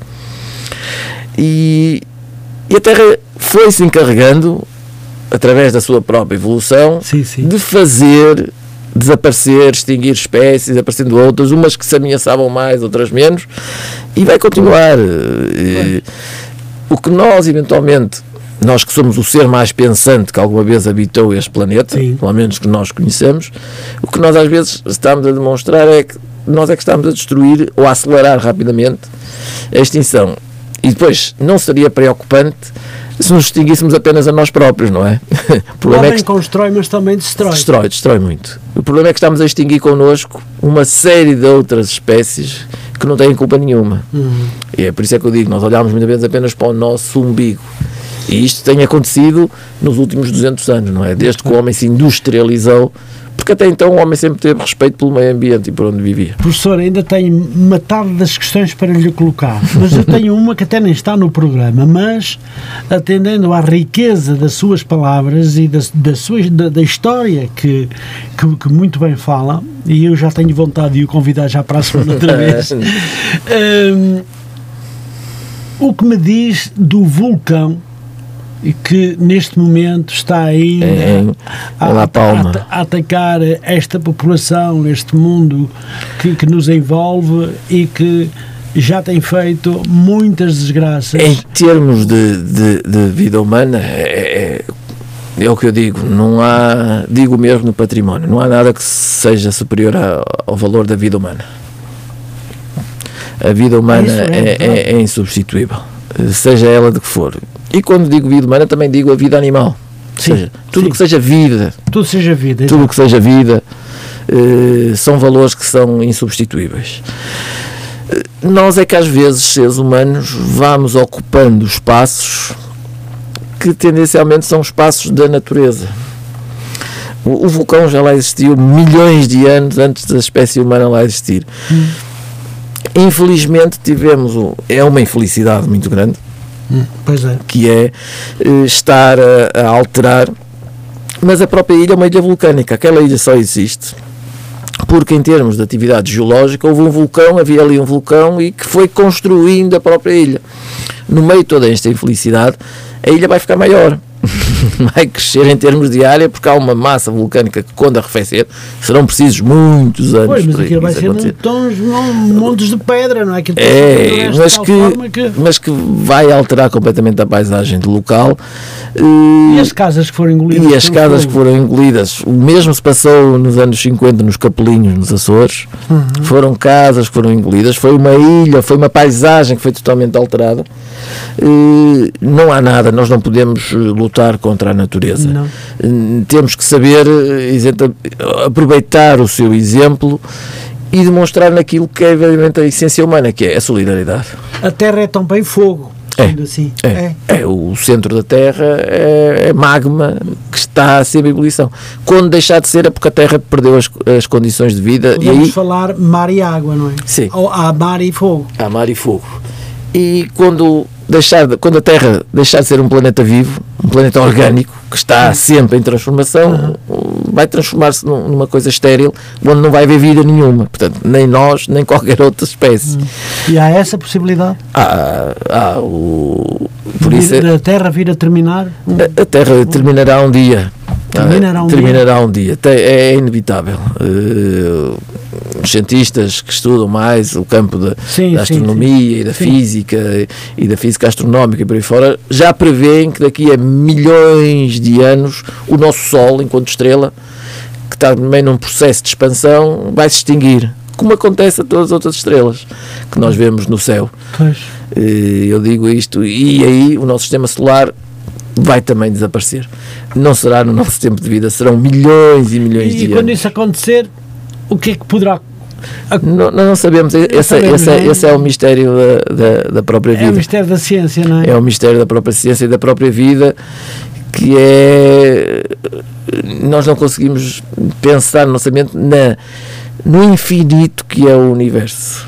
E, e a Terra foi-se encarregando, através da sua própria evolução, sim, sim. de fazer desaparecer, extinguir espécies, aparecendo outras, umas que se ameaçavam mais, outras menos, e vai continuar. E, o que nós, eventualmente, nós que somos o ser mais pensante que alguma vez habitou este planeta, sim. pelo menos que nós conhecemos, o que nós às vezes estamos a demonstrar é que nós é que estamos a destruir ou a acelerar rapidamente a extinção. E depois, não seria preocupante se nos extinguíssemos apenas a nós próprios, não é? O problema o homem é que constrói, mas também destrói. Destrói, destrói muito. O problema é que estamos a extinguir connosco uma série de outras espécies que não têm culpa nenhuma. Uhum. E é por isso é que eu digo, nós olhamos muitas vezes apenas para o nosso umbigo. E isto tem acontecido nos últimos duzentos anos, não é? Desde que o homem se industrializou, porque até então o homem sempre teve respeito pelo meio ambiente e por onde vivia. Professor, ainda tenho metade das questões para lhe colocar, mas eu tenho uma que até nem está no programa, mas atendendo à riqueza das suas palavras e da, da, sua, da, da história que, que, que muito bem fala, e eu já tenho vontade de o convidar já para a semana outra vez, um, o que me diz do vulcão que neste momento está ainda é, a, a, a, a atacar esta população, este mundo que, que nos envolve e que já tem feito muitas desgraças. Em termos de, de, de vida humana, é, é, é o que eu digo, não há, digo mesmo no património, não há nada que seja superior a, ao valor da vida humana. A vida humana é, é, é, é insubstituível, seja ela de que for. E quando digo vida humana, também digo a vida animal. Sim, ou seja, tudo que seja vida. Tudo seja vida. Tudo que seja vida eh, são valores que são insubstituíveis. Nós é que às vezes, seres humanos, vamos ocupando espaços que tendencialmente são espaços da natureza. O, o vulcão já lá existiu milhões de anos antes da espécie humana lá existir. Hum. Infelizmente tivemos, é uma infelicidade muito grande, Hum, pois é. que é uh, estar a, a alterar, mas a própria ilha é uma ilha vulcânica. Aquela ilha só existe porque, em termos de atividade geológica, houve um vulcão, havia ali um vulcão e que foi construindo a própria ilha. No meio de toda esta infelicidade, a ilha vai ficar maior, vai crescer em termos de área, porque há uma massa vulcânica que, quando arrefecer, serão precisos muitos anos. Pois, mas aquilo vai ser tons, montes de pedra, não é? Aquilo é, mas que, que... mas que vai alterar completamente a paisagem do local. E as casas que foram engolidas. E as casas que foram engolidas. O mesmo se passou nos anos cinquenta, nos Capelinhos, nos Açores. Uhum. Foram casas que foram engolidas. Foi uma ilha, foi uma paisagem que foi totalmente alterada. não há nada, nós não podemos lutar contra a natureza. Não. Temos que saber aproveitar o seu exemplo e demonstrar naquilo que é verdadeiramente a essência humana, que é a solidariedade. A terra é também fogo, sendo é, assim. É, é. é, o centro da Terra é, é magma que está a ser em ebulição. Quando deixar de ser é porque a Terra perdeu as, as condições de vida. Podemos e aí, falar mar e água, não é? Sim. Ou há mar e fogo. Há mar e fogo. E quando, deixar de, quando a Terra deixar de ser um planeta vivo, um planeta orgânico, que está sempre em transformação, uhum. vai transformar-se numa coisa estéril, onde não vai haver vida nenhuma. Portanto, nem nós, nem qualquer outra espécie. Uhum. E há essa possibilidade? Há, há o... Por vir, isso, a Terra vir a terminar? A, a Terra terminará um dia. Terminará um terminará dia. um dia. É inevitável. Uh, os cientistas que estudam mais o campo da, sim, da astronomia sim, sim. e da sim. física e da física astronómica e por aí fora, já prevêem que daqui a milhões de anos o nosso Sol, enquanto estrela, que está também num processo de expansão, vai se extinguir, como acontece a todas as outras estrelas que nós vemos no céu. Pois. Uh, eu digo isto, e aí o nosso sistema solar vai também desaparecer. Não será no nosso tempo de vida, serão milhões e milhões e, de anos. E quando isso acontecer, o que é que poderá... Não, não sabemos, esse, sabemos esse, é, esse é o mistério da, da, da própria vida. É o mistério da ciência, não é? É o mistério da própria ciência e da própria vida, que é... Nós não conseguimos pensar na nossa mente na, no infinito que é o universo.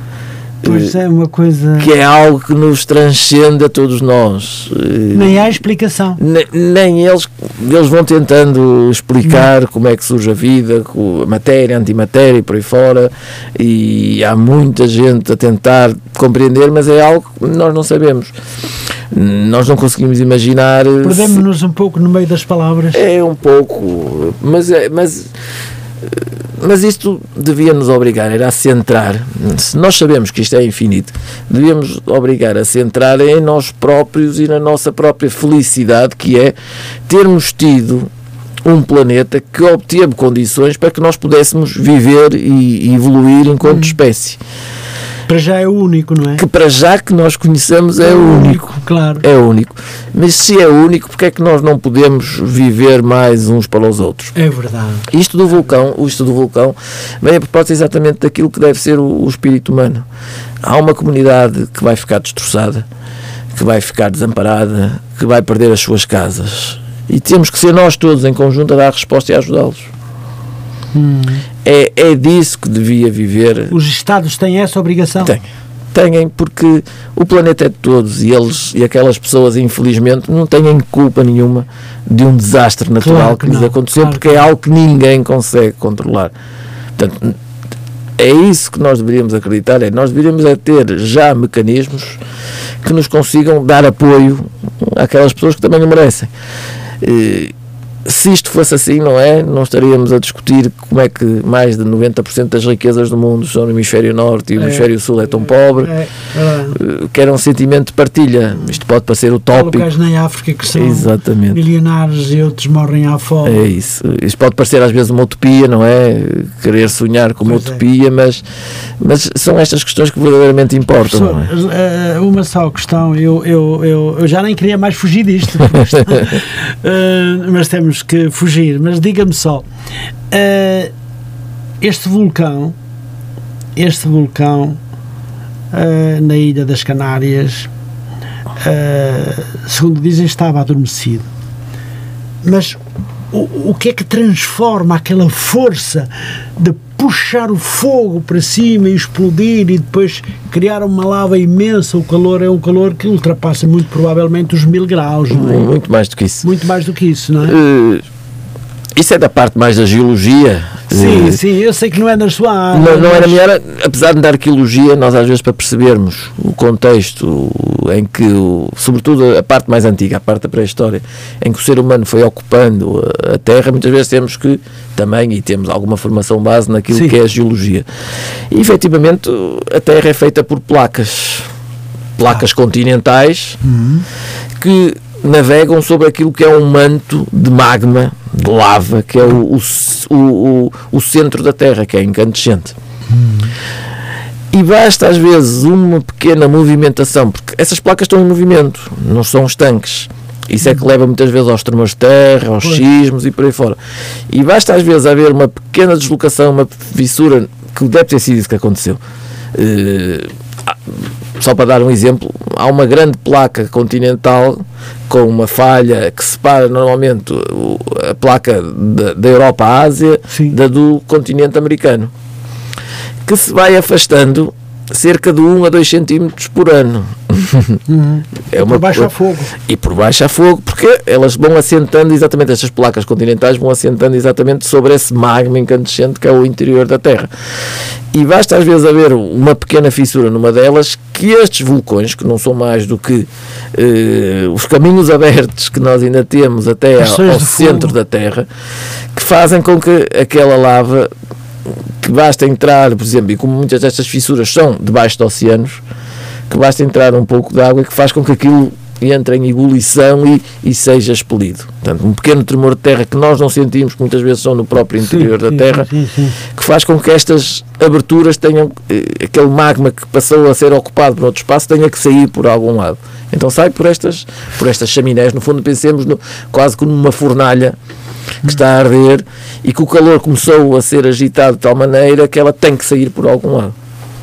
Pois é, uma coisa... Que é algo que nos transcende a todos nós. Nem há explicação. Nem, nem eles, eles vão tentando explicar não. como é que surge a vida, com a matéria, a antimatéria e por aí fora, e há muita gente a tentar compreender, mas é algo que nós não sabemos. Nós não conseguimos imaginar... Perdemos-nos um pouco no meio das palavras. É um pouco, mas... É, mas Mas isto devia nos obrigar era a centrar, se nós sabemos que isto é infinito, devíamos obrigar a centrar em nós próprios e na nossa própria felicidade, que é termos tido um planeta que obteve condições para que nós pudéssemos viver e evoluir enquanto hum. espécie. Para já é o único, não é? Que para já que nós conhecemos é, é o único, único. Claro. É o único. Mas se é único, porque é que nós não podemos viver mais uns para os outros? É verdade. Isto do vulcão, isto do vulcão, vem a propósito exatamente daquilo que deve ser o, o espírito humano. Há uma comunidade que vai ficar destroçada, que vai ficar desamparada, que vai perder as suas casas. E temos que ser nós todos em conjunto a dar resposta e a ajudá-los. Hum. É, é disso que devia viver. Os Estados têm essa obrigação? Têm. Têm, porque o planeta é de todos e eles e aquelas pessoas, infelizmente, não têm culpa nenhuma de um desastre natural claro que, que lhes aconteceu, claro porque que é algo que ninguém consegue controlar. Portanto, é isso que nós deveríamos acreditar, é nós deveríamos é ter já mecanismos que nos consigam dar apoio àquelas pessoas que também o merecem. E, se isto fosse assim, não é? Não estaríamos a discutir como é que mais de noventa por cento das riquezas do mundo são no hemisfério norte e o é, hemisfério sul é tão pobre, é, é. que era um sentimento de partilha. Isto pode parecer utópico. Há locais na África que são Exatamente. milionários e outros morrem à fome. É isso. Isto pode parecer às vezes uma utopia, não é? Querer sonhar com uma pois utopia, é. mas, mas são estas questões que verdadeiramente importam. Não é? Uma só questão, eu, eu, eu, eu já nem queria mais fugir disto, mas temos que fugir, mas diga-me só, uh, este vulcão, este vulcão uh, na Ilha das Canárias, uh, segundo dizem, estava adormecido. Mas o, o que é que transforma aquela força de puxar o fogo para cima e explodir e depois criar uma lava imensa? O calor é um calor que ultrapassa muito provavelmente os mil graus, não é? Muito mais do que isso. Muito mais do que isso, não é? Uh, isso é da parte mais da geologia. Sim, uh, sim, eu sei que não é na sua área. Não, não é na minha área, apesar de da arqueologia, nós às vezes para percebermos o contexto em que, o, sobretudo a parte mais antiga, a parte da pré-história, em que o ser humano foi ocupando a Terra, muitas vezes temos que também, e temos alguma formação base naquilo sim. que é a geologia. E efetivamente a Terra é feita por placas, placas ah. continentais, uhum. que navegam sobre aquilo que é um manto de magma, de lava, que é o, o, o, o centro da Terra, que é incandescente. Hum. E basta às vezes uma pequena movimentação, porque essas placas estão em movimento, não são estanques. Isso é que leva muitas vezes aos tremores de terra, aos sismos e por aí fora. E basta às vezes haver uma pequena deslocação, uma fissura, que deve ter sido isso que aconteceu. Uh, só para dar um exemplo, há uma grande placa continental com uma falha que separa normalmente a placa da, da Europa à Ásia, sim, da do continente americano, que se vai afastando cerca de um a dois centímetros por ano. Uhum. É uma por baixo há fogo. E por baixo há fogo, porque elas vão assentando exatamente, estas placas continentais vão assentando exatamente sobre esse magma incandescente que é o interior da Terra. E basta às vezes haver uma pequena fissura numa delas, que estes vulcões, que não são mais do que eh, os caminhos abertos que nós ainda temos até ao, ao centro da Terra, que fazem com que aquela lava, que basta entrar, por exemplo, e como muitas destas fissuras são debaixo de oceanos, que basta entrar um pouco de água que faz com que aquilo entre em ebulição e, e seja expelido. Portanto, um pequeno tremor de terra que nós não sentimos, que muitas vezes são no próprio interior, sim, da Terra, sim, sim, sim, que faz com que estas aberturas tenham, eh, aquele magma que passou a ser ocupado por outro espaço, tenha que sair por algum lado. Então sai por estas, por estas chaminés. No fundo, pensemos no, quase como numa fornalha que está a arder e que o calor começou a ser agitado de tal maneira que ela tem que sair por algum lado.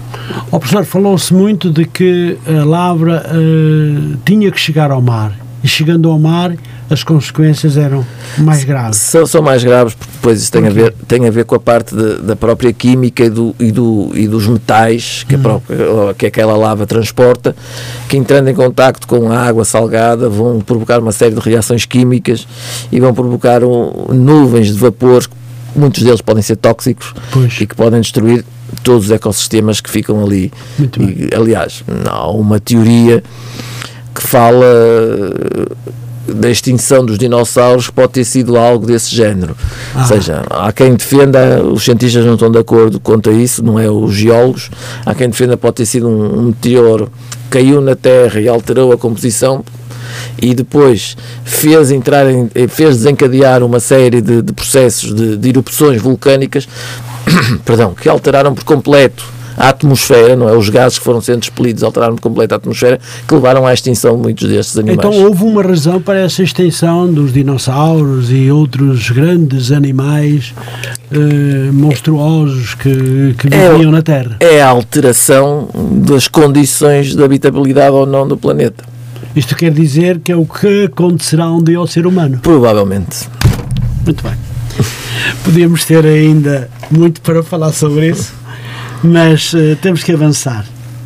O professor, falou-se muito de que a lavra uh, tinha que chegar ao mar, e chegando ao mar as consequências eram mais graves. São, são mais graves porque depois isso tem a ver, tem a ver com a parte de, da própria química e, do, e, do, e dos metais que, hum. a própria, que aquela lava transporta, que entrando em contacto com a água salgada vão provocar uma série de reações químicas e vão provocar um, nuvens de vapores, muitos deles podem ser tóxicos, pois, e que podem destruir todos os ecossistemas que ficam ali. Muito bem. E, aliás, há uma teoria que fala da extinção dos dinossauros, que pode ter sido algo desse género. Ah. Ou seja, há quem defenda, os cientistas não estão de acordo quanto a isso, não é os geólogos, há quem defenda que pode ter sido um, um meteoro que caiu na Terra e alterou a composição e depois fez entrar em, fez desencadear uma série de, de processos de, de erupções vulcânicas perdão, que alteraram por completo a atmosfera, não é? Os gases que foram sendo expelidos alteraram por completo a atmosfera, que levaram à extinção de muitos destes animais. Então houve uma razão para essa extinção dos dinossauros e outros grandes animais eh, monstruosos que, que viviam é, na Terra. É a alteração das condições de habitabilidade ou não do planeta. Isto quer dizer que é o que acontecerá um dia ao ser humano? Provavelmente. Muito bem. Podíamos ter ainda muito para falar sobre isso, mas uh, temos que avançar.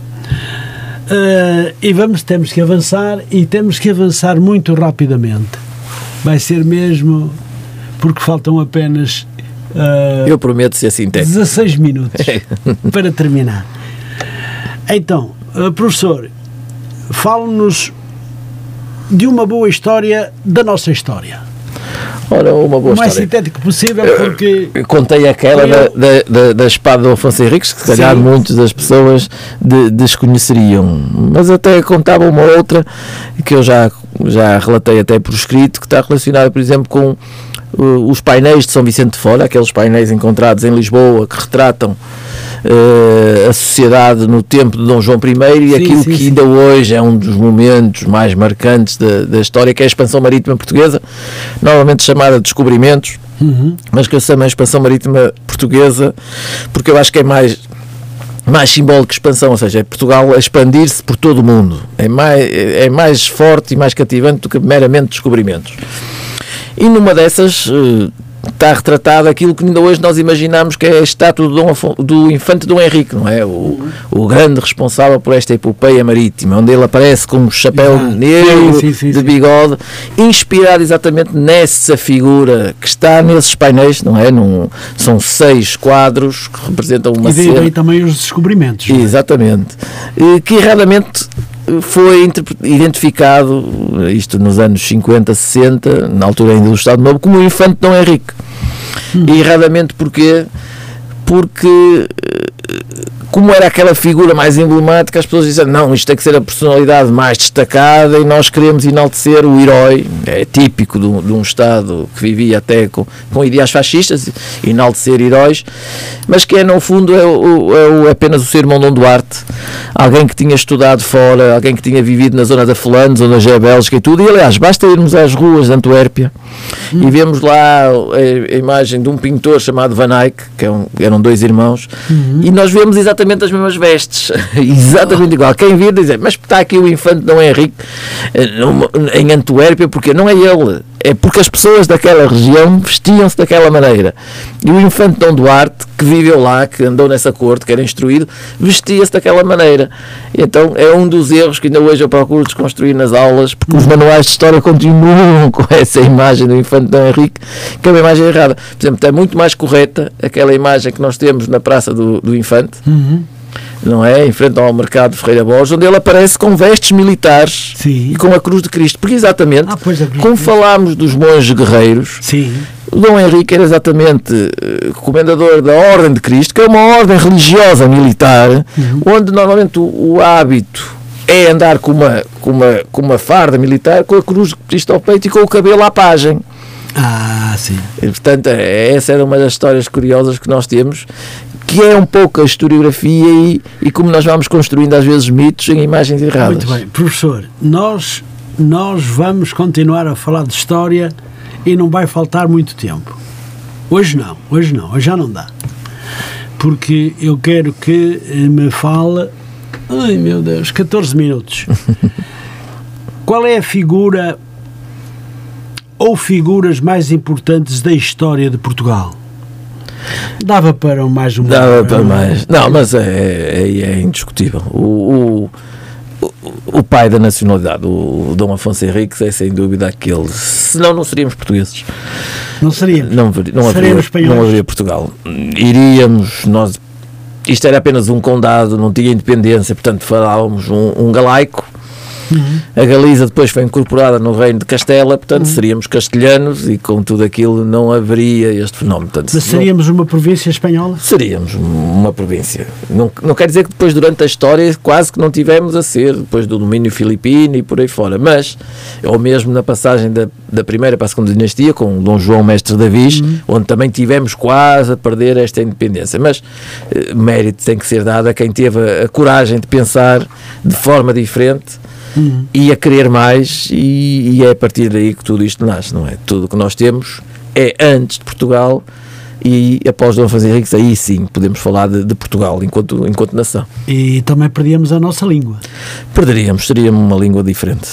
Uh, e vamos, temos que avançar e temos que avançar muito rapidamente. Vai ser mesmo porque faltam apenas uh, eu prometo ser sintético. dezasseis minutos para terminar. Então, uh, professor, fale-nos de uma boa história da nossa história. Ora, uma boa o mais história. sintético possível, porque... Eu contei aquela da, da, da, da espada do Afonso Henriques, que se calhar sim, muitas das pessoas de, desconheceriam, mas até contava uma outra que eu já, já relatei até por escrito, que está relacionada, por exemplo, com uh, os painéis de São Vicente de Fora, aqueles painéis encontrados em Lisboa que retratam Uh, a sociedade no tempo de Dom João I e sim, aquilo sim, que sim. ainda hoje é um dos momentos mais marcantes da, da história, que é a expansão marítima portuguesa, normalmente chamada de descobrimentos, uhum. mas que eu chamo a expansão marítima portuguesa porque eu acho que é mais mais simbólico que expansão, ou seja, é Portugal a expandir-se por todo o mundo, é mais, é mais forte e mais cativante do que meramente descobrimentos. E numa dessas uh, está retratado aquilo que ainda hoje nós imaginamos que é a estátua do, Dom Afon, do infante Dom Henrique, não é? O, o grande responsável por esta epopeia marítima, onde ele aparece com um chapéu ah, negro, sim, sim, sim, de bigode, inspirado exatamente nessa figura que está nesses painéis, não é? Num, são seis quadros que representam uma cena. E daí também os descobrimentos. Exatamente. E que erradamente foi identificado, isto nos anos cinquenta, sessenta, na altura ainda do Estado Novo, como o infante Dom Henrique. Hum. E erradamente porquê? porque como era aquela figura mais emblemática, as pessoas dizem, não, isto tem que ser a personalidade mais destacada e nós queremos enaltecer o herói. É típico de um, de um Estado que vivia até com, com ideais fascistas, enaltecer heróis, mas que é, no fundo, é, o, é, o, é apenas o seu irmão Dom Duarte, alguém que tinha estudado fora, alguém que tinha vivido na zona da Flandres, onde é a Bélgica e tudo, e aliás, basta irmos às ruas de Antuérpia hum. e vemos lá a, a imagem de um pintor chamado Van Eyck, que é um, eram dois irmãos, uhum. e nós vemos exatamente as mesmas vestes, exatamente igual. Quem vir dizer, mas está aqui o infante Dom Henrique em Antuérpia, porque não é ele, é porque as pessoas daquela região vestiam-se daquela maneira. E o infante Dom Duarte, que viveu lá, que andou nessa corte, que era instruído, vestia-se daquela maneira. E então é um dos erros que ainda hoje eu procuro desconstruir nas aulas, porque os manuais de história continuam com essa imagem do infante Dom Henrique, que é uma imagem errada. Por exemplo, é muito mais correta aquela imagem que nós temos na Praça do, do Infante, uhum. não é? Em frente ao mercado de Ferreira Borges, onde ele aparece com vestes militares. Sim. E com a Cruz de Cristo, porque exatamente, ah, pois, como falámos dos monges guerreiros, sim. o Dom Henrique era exatamente uh, comendador da Ordem de Cristo, que é uma ordem religiosa militar, uhum. onde normalmente o, o hábito é andar com uma, com, uma, com uma farda militar, com a Cruz de Cristo ao peito e com o cabelo à pagem. Ah, sim. E, portanto, essa era uma das histórias curiosas que nós temos, que é um pouco a historiografia e, e como nós vamos construindo às vezes mitos em imagens erradas. Muito bem, professor, nós, nós vamos continuar a falar de história e não vai faltar muito tempo. Hoje não, hoje não, hoje já não dá. Porque eu quero que me fale, ai meu Deus, catorze minutos. Qual é a figura ou figuras mais importantes da história de Portugal? Dava para mais um... Dava para mais. Não, mas é, é, é indiscutível. O, o, o pai da nacionalidade, o Dom Afonso Henriques, é sem dúvida aquele. Senão não seríamos portugueses. Não seríamos. Não, não, haveria, não haveria Portugal. Iríamos, nós... Isto era apenas um condado, não tinha independência, portanto falávamos um, um galaico. Uhum. A Galiza depois foi incorporada no reino de Castela, portanto uhum. seríamos castelhanos e com tudo aquilo não haveria este fenómeno. Portanto, mas seríamos não... uma província espanhola? Seríamos uma província. Não, não quer dizer que depois durante a história quase que não tivemos a ser, depois do domínio filipino e por aí fora, mas, ou mesmo na passagem da, da primeira para a segunda dinastia, com Dom João Mestre Davis, uhum. onde também tivemos quase a perder esta independência, mas eh, mérito tem que ser dado a quem teve a, a coragem de pensar de forma diferente. Uhum. E a querer mais, e, e é a partir daí que tudo isto nasce, não é? Tudo o que nós temos é antes de Portugal e após Dom Afonso Henriques, aí sim podemos falar de, de Portugal enquanto, enquanto nação. E também perdíamos a nossa língua. Perderíamos, seria uma língua diferente.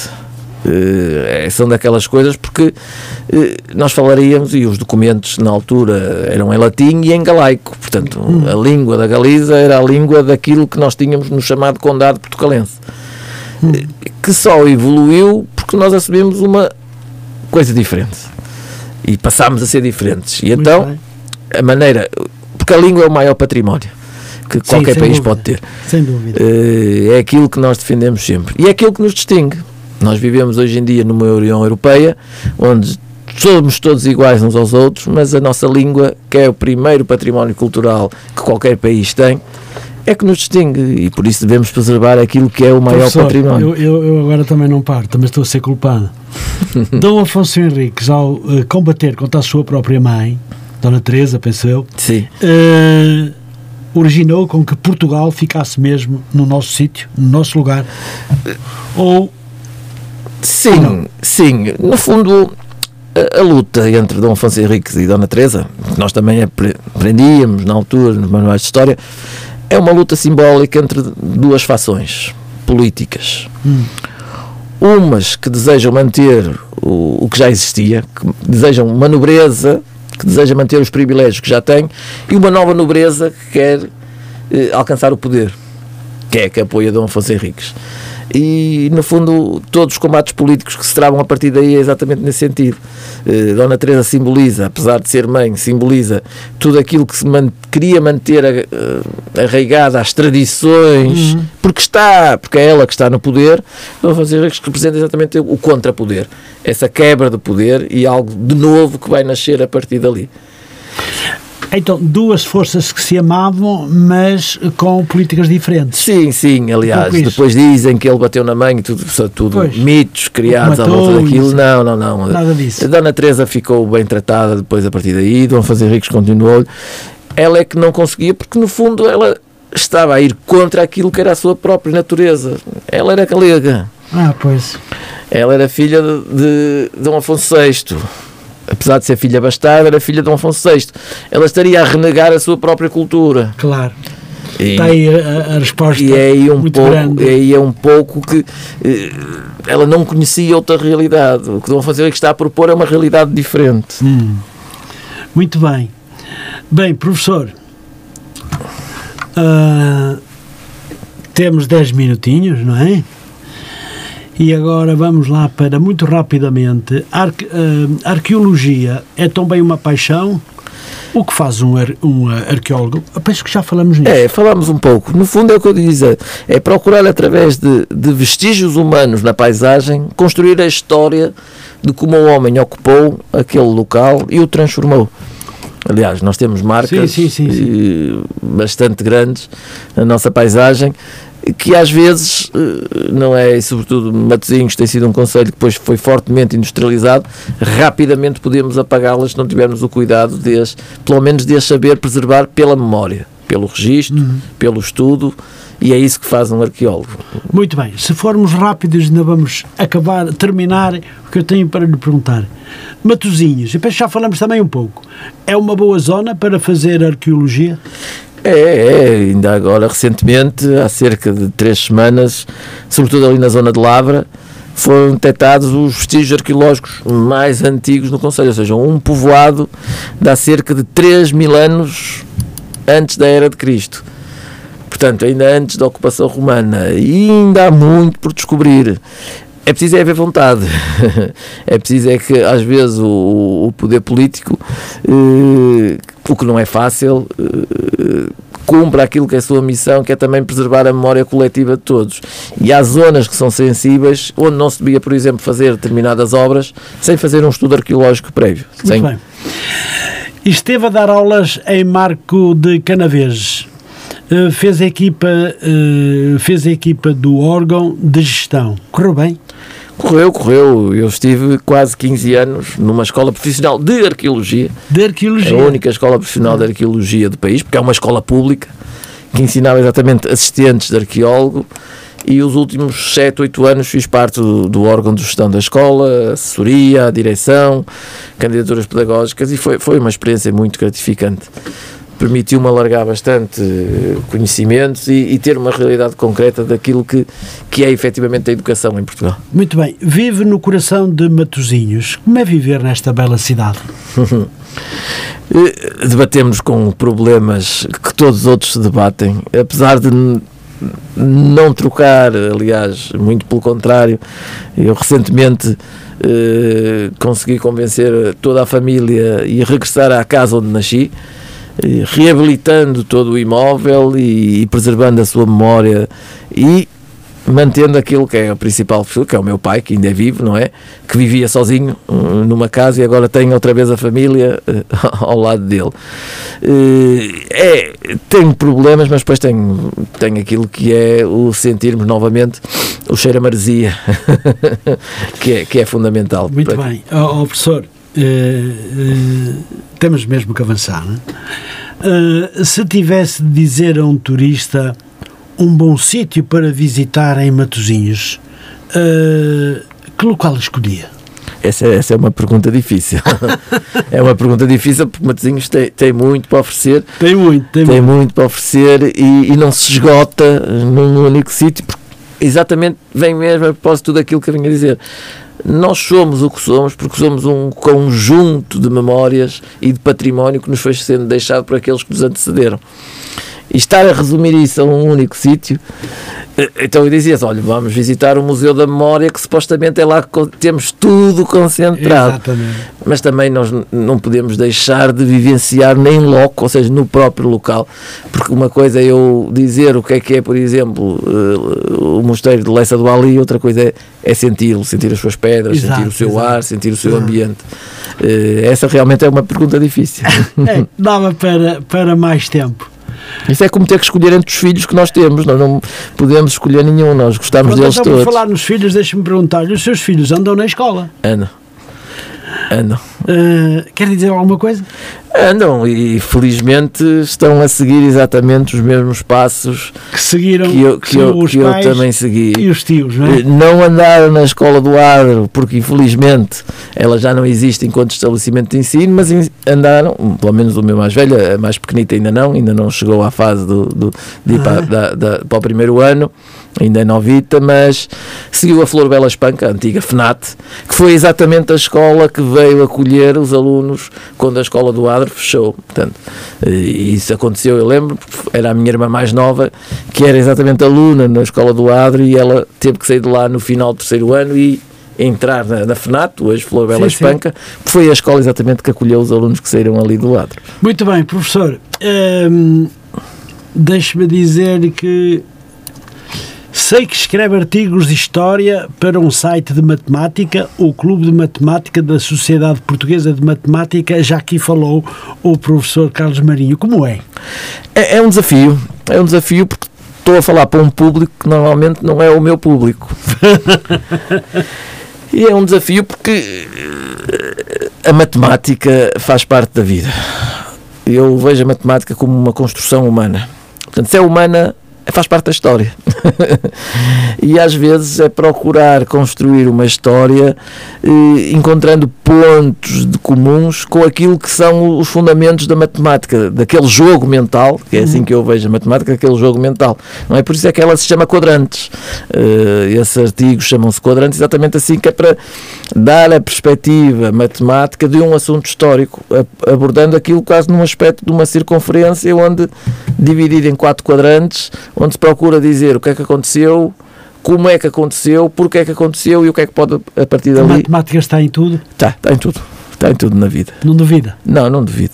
Uh, são daquelas coisas porque uh, nós falaríamos, e os documentos na altura eram em latim e em galaico, portanto hum. a língua da Galiza era a língua daquilo que nós tínhamos no chamado Condado Portucalense. Hum. Que só evoluiu porque nós assumimos uma coisa diferente e passámos a ser diferentes. E muito então, bem. A maneira, porque a língua é o maior património que sim, qualquer país dúvida. Pode ter. Sem dúvida. É aquilo que nós defendemos sempre e é aquilo que nos distingue. Nós vivemos hoje em dia numa União Europeia onde somos todos iguais uns aos outros, mas a nossa língua, que é o primeiro património cultural que qualquer país tem, é que nos distingue e por isso devemos preservar aquilo que é o maior professor, património. Eu, eu, eu agora também não paro, também estou a ser culpado. Dom Afonso Henriques, ao uh, combater contra a sua própria mãe, Dona Teresa, penso eu, sim. Uh, originou com que Portugal ficasse mesmo no nosso sítio, no nosso lugar. Ou... Sim, ou sim. No fundo, a, a luta entre Dom Afonso Henriques e Dona Teresa, que nós também aprendíamos na altura, nos manuais de história, é uma luta simbólica entre duas fações políticas. Hum. Umas que desejam manter o, o que já existia, que desejam uma nobreza, que deseja manter os privilégios que já tem, e uma nova nobreza que quer eh, alcançar o poder, que é que apoia Dom Afonso Henriques. E, no fundo, todos os combates políticos que se travam a partir daí é exatamente nesse sentido. Eh, Dona Teresa simboliza, apesar de ser mãe, simboliza tudo aquilo que se man- queria manter a, a, arraigada às tradições, uhum. porque está, porque é ela que está no poder. Dom Afonso Henriques representa exatamente o contrapoder, essa quebra de poder e algo de novo que vai nascer a partir dali. Então, duas forças que se amavam, mas com políticas diferentes. Sim, sim, aliás, um depois dizem que ele bateu na mãe e tudo, tudo mitos criados à volta daquilo. Não, não, não. Nada disso. A Dona Teresa ficou bem tratada depois a partir daí, Dom Afonso Henriques continuou. Ela é que não conseguia, porque no fundo ela estava a ir contra aquilo que era a sua própria natureza. Ela era galega. Ah, pois. Ela era filha de, de, de Dom Afonso sexto. Apesar de ser filha bastarda, era filha de Dom Afonso sexto. Ela estaria a renegar a sua própria cultura. Claro. E, está aí a, a resposta. E é aí um muito pouco, grande. é aí é um pouco que eh, ela não conhecia outra realidade. O que Dom Afonso Henriques está a propor é uma realidade diferente. Hum. Muito bem. Bem, professor, uh, temos dez minutinhos, não é? E agora vamos lá para, muito rapidamente, arque, uh, arqueologia é também uma paixão? O que faz um, ar, um arqueólogo? Eu penso que já falamos nisso. É, falamos um pouco. No fundo é o que eu dizia, é procurar através de, de vestígios humanos na paisagem, construir a história de como o homem ocupou aquele local e o transformou. Aliás, nós temos marcas sim, sim, sim, sim. bastante grandes na nossa paisagem, que às vezes não é, e sobretudo Matosinhos tem sido um concelho que depois foi fortemente industrializado, rapidamente podemos apagá-las se não tivermos o cuidado de as, pelo menos de as saber preservar pela memória, pelo registro, uhum. pelo estudo, e é isso que faz um arqueólogo. Muito bem, se formos rápidos ainda vamos acabar, terminar o que eu tenho para lhe perguntar. Matosinhos, depois já falamos também um pouco, é uma boa zona para fazer arqueologia? É, é, ainda agora recentemente, há cerca de três semanas, sobretudo ali na zona de Lavra, foram detectados os vestígios arqueológicos mais antigos no concelho, ou seja, um povoado de há cerca de três mil anos antes da era de Cristo. Portanto, ainda antes da ocupação romana, e ainda há muito por descobrir. É preciso é haver vontade, é preciso é que às vezes o, o poder político, eh, o que não é fácil, eh, cumpra aquilo que é a sua missão, que é também preservar a memória coletiva de todos. E há zonas que são sensíveis, onde não se devia, por exemplo, fazer determinadas obras sem fazer um estudo arqueológico prévio. Muito sem... bem. Esteve a dar aulas em Marco de Canaveses. Uh, fez, a equipa, uh, fez a equipa do órgão de gestão. Correu bem? Correu, correu. Eu estive quase quinze anos numa escola profissional de arqueologia. De arqueologia? A única escola profissional de arqueologia do país, porque é uma escola pública que ensinava exatamente assistentes de arqueólogo, e os últimos sete, oito anos fiz parte do, do órgão de gestão da escola, assessoria, a direção, candidaturas pedagógicas, e foi, foi uma experiência muito gratificante. Permitiu-me alargar bastante conhecimentos e, e ter uma realidade concreta daquilo que, que é efetivamente a educação em Portugal. Muito bem. Vive no coração de Matosinhos. Como é viver nesta bela cidade? Debatemos com problemas que todos os outros se debatem, apesar de não trocar, aliás, muito pelo contrário. Eu recentemente eh, consegui convencer toda a família e regressar à casa onde nasci, reabilitando todo o imóvel e, e preservando a sua memória e mantendo aquilo que é a principal pessoa, que é o meu pai, que ainda é vivo, não é? Que vivia sozinho numa casa e agora tem outra vez a família uh, ao lado dele. Uh, é, tenho problemas, mas depois tenho, tenho aquilo que é o sentirmos novamente o cheiro a maresia, que, é, que é fundamental. Muito bem. Oh, oh, professor, Uh, uh, temos mesmo que avançar, não é? Uh, se tivesse de dizer a um turista um bom sítio para visitar em Matosinhos, uh, que local escolhia? Essa, essa é uma pergunta difícil. É uma pergunta difícil porque Matosinhos tem, tem muito para oferecer. Tem muito, tem, tem muito. muito para oferecer e, e não se esgota num único sítio, porque exatamente vem mesmo a propósito de tudo aquilo que eu vinha a dizer. Nós somos o que somos porque somos um conjunto de memórias e de património que nos foi sendo deixado por aqueles que nos antecederam. E estar a resumir isso a um único sítio, então eu dizia, olha, vamos visitar o Museu da Memória, que supostamente é lá que temos tudo concentrado. Exatamente. Mas também nós não podemos deixar de vivenciar nem loco, ou seja, no próprio local, porque uma coisa é eu dizer o que é que é, por exemplo, o mosteiro de Lessa do Ali, e outra coisa é, é senti-lo, sentir as suas pedras, exato, sentir o seu exato. ar, sentir o seu exato. ambiente. Essa realmente é uma pergunta difícil. É, dava para, para mais tempo. Isso é como ter que escolher entre os filhos que nós temos. Nós não podemos escolher nenhum, nós gostamos Pronto, deles então, todos. Por falar nos filhos, deixa-me perguntar-lhe, os seus filhos andam na escola? Andam. Andam. Uh, quer dizer alguma coisa? Andam e felizmente estão a seguir exatamente os mesmos passos que seguiram que eu, que que eu, os que eu pais também segui. E os tios, não é? Não andaram na escola do Adro, porque infelizmente ela já não existe enquanto estabelecimento de ensino, mas andaram, pelo menos o meu mais velho, a mais pequenita ainda não, ainda não chegou à fase do, do, de ir ah. para, da, da, para o primeiro ano, ainda é novita, mas seguiu a Flor Bela Espanca, a antiga FNAT, que foi exatamente a escola que veio acolher os alunos quando a escola do Adro fechou. Portanto, e isso aconteceu, eu lembro, era a minha irmã mais nova, que era exatamente aluna na escola do Adro, e ela teve que sair de lá no final do terceiro ano e entrar na, na FNAT, hoje Flor Bela sim, Espanca, sim. que foi a escola exatamente que acolheu os alunos que saíram ali do Adro. Muito bem, professor. Hum, deixe-me dizer que sei que escreve artigos de história para um site de matemática, o Clube de Matemática da Sociedade Portuguesa de Matemática. Já aqui falou o professor Carlos Marinho. Como é? É, é um desafio. É um desafio porque estou a falar para um público que normalmente não é o meu público. E é um desafio porque a matemática faz parte da vida. Eu vejo a matemática como uma construção humana. Portanto, se é humana, faz parte da história. E às vezes é procurar construir uma história eh, encontrando pontos de comuns com aquilo que são os fundamentos da matemática, daquele jogo mental, que é assim que eu vejo a matemática, aquele jogo mental. Não é por isso é que ela se chama quadrantes. Uh, esses artigos chamam-se quadrantes exatamente assim, que é para dar a perspectiva matemática de um assunto histórico, abordando aquilo quase num aspecto de uma circunferência, onde dividido em quatro quadrantes, onde se procura dizer o que é que aconteceu, como é que aconteceu, porque é que aconteceu e o que é que pode a partir dali. A matemática está em tudo? Está, está em tudo. Está em tudo na vida. Não duvida? Não, não duvido.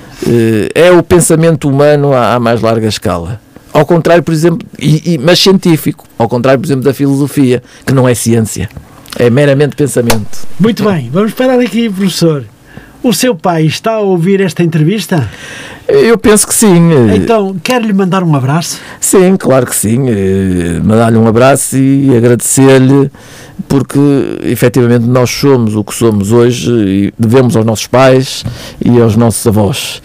É o pensamento humano à mais larga escala. Ao contrário, por exemplo, e, e, mas científico, ao contrário, por exemplo, da filosofia, que não é ciência, é meramente pensamento. Muito bem, vamos parar aqui, professor. O seu pai está a ouvir esta entrevista? Eu penso que sim. Então, quer-lhe mandar um abraço? Sim, claro que sim. Mandar-lhe um abraço e agradecer-lhe, porque efetivamente nós somos o que somos hoje e devemos aos nossos pais e aos nossos avós.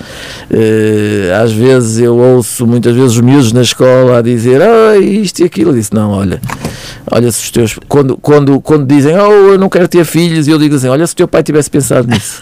Às vezes eu ouço muitas vezes os miúdos na escola a dizer ah, isto e aquilo. Eu disse, não, olha, olha se os teus... Quando, quando, quando dizem, oh, eu não quero ter filhos, e eu digo assim, olha se o teu pai tivesse pensado nisso.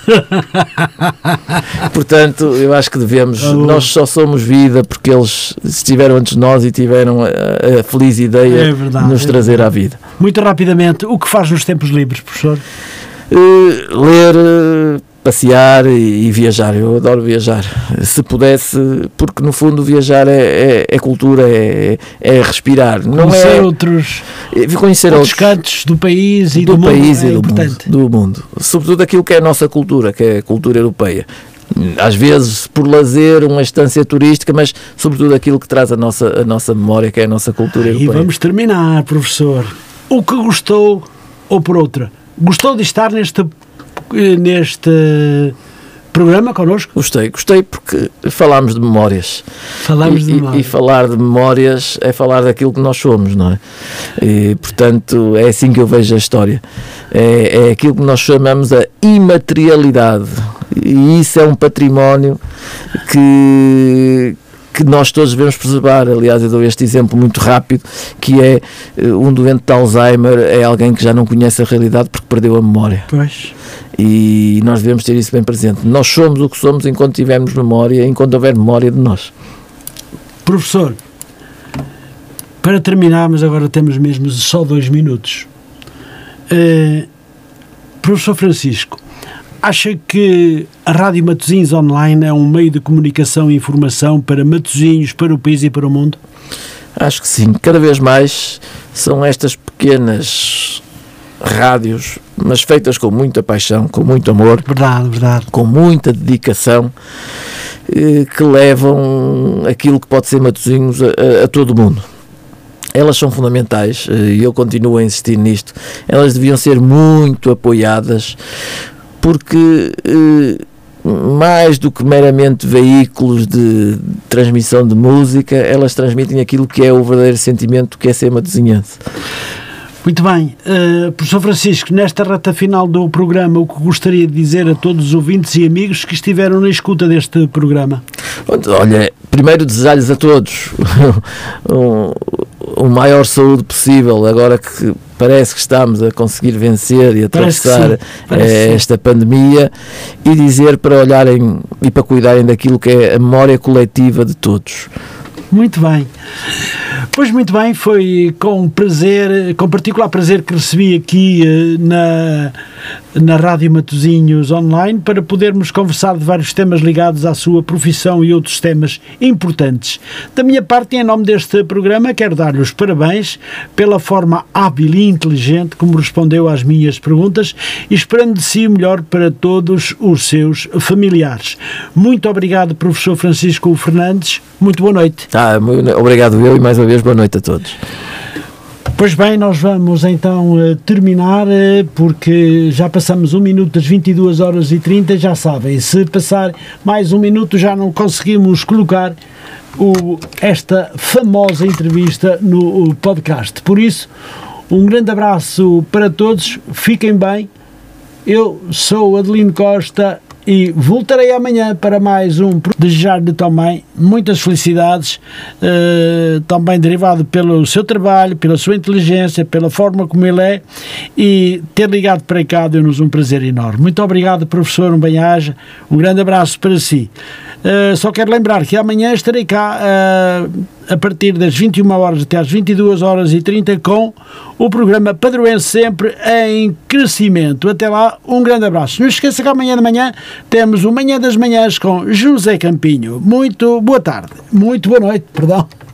Portanto, eu acho que devemos, oh. nós só somos vida porque eles estiveram antes de nós e tiveram a, a feliz ideia é verdade, de nos é trazer verdade. à vida. Muito rapidamente, o que faz nos tempos livres, professor? Uh, ler, uh, passear e, e viajar. Eu adoro viajar. Se pudesse, porque no fundo viajar é, é, é cultura, é, é respirar. Conhecer não é, outros, é, conhecer outros outros cantos do país e do, do mundo. País é e do importante. Mundo, do mundo. Sobretudo aquilo que é a nossa cultura, que é a cultura europeia. Às vezes por lazer, uma estância turística, mas sobretudo aquilo que traz a nossa, a nossa memória, que é a nossa cultura europeia. E vamos terminar, professor. O que gostou, ou por outra, gostou de estar neste, neste programa connosco? Gostei, gostei porque falámos de memórias. Falámos e, de memórias. E, e falar de memórias é falar daquilo que nós somos, não é? E, portanto, é assim que eu vejo a história. É, é aquilo que nós chamamos a imaterialidade. E isso é um património que... que nós todos devemos preservar. Aliás, eu dou este exemplo muito rápido, que é um doente de Alzheimer é alguém que já não conhece a realidade porque perdeu a memória. Pois. E nós devemos ter isso bem presente. Nós somos o que somos enquanto tivermos memória, enquanto houver memória de nós. Professor, para terminarmos, agora temos mesmo só dois minutos. Uh, professor Francisco, Acha que a Rádio Matosinhos Online é um meio de comunicação e informação para Matosinhos, para o país e para o mundo? Acho que sim. Cada vez mais são estas pequenas rádios, mas feitas com muita paixão, com muito amor, verdade, verdade. com muita dedicação, que levam aquilo que pode ser Matosinhos a, a todo o mundo. Elas são fundamentais e eu continuo a insistir nisto. Elas deviam ser muito apoiadas, porque mais do que meramente veículos de transmissão de música, elas transmitem aquilo que é o verdadeiro sentimento que é ser matosinhense. Muito bem. Uh, professor Francisco, nesta reta final do programa, o que gostaria de dizer a todos os ouvintes e amigos que estiveram na escuta deste programa? Olha, primeiro desejar-lhes a todos o, o maior saúde possível, agora que parece que estamos a conseguir vencer e atravessar esta pandemia, e dizer para olharem e para cuidarem daquilo que é a memória coletiva de todos. Muito bem. Pois muito bem, foi com prazer, com particular prazer que recebi aqui na, na Rádio Matosinhos Online para podermos conversar de vários temas ligados à sua profissão e outros temas importantes. Da minha parte, em nome deste programa, quero dar-lhe os parabéns pela forma hábil e inteligente como respondeu às minhas perguntas e esperando de si o melhor para todos os seus familiares. Muito obrigado, professor Francisco Fernandes. Muito boa noite. Ah, obrigado eu e mais uma vez boa noite a todos. Pois bem, nós vamos então uh, terminar uh, porque já passamos um minuto das vinte e duas horas e trinta, já sabem, se passar mais um minuto já não conseguimos colocar o, esta famosa entrevista no podcast. Por isso, um grande abraço para todos, fiquem bem, eu sou Adelino Costa e voltarei amanhã para mais um. Desejar-lhe também muitas felicidades, uh, também derivado pelo seu trabalho, pela sua inteligência, pela forma como ele é, e ter ligado para cá deu-nos um prazer enorme. Muito obrigado, professor, um bem-aja, um grande abraço para si. Uh, só quero lembrar que amanhã estarei cá uh, a partir das vinte e uma horas até às vinte e duas horas e trinta com o programa Padroense Sempre em Crescimento. Até lá, um grande abraço. Não esqueça que amanhã de manhã temos o Manhã das Manhãs com José Campinho. Muito boa tarde, muito boa noite, perdão.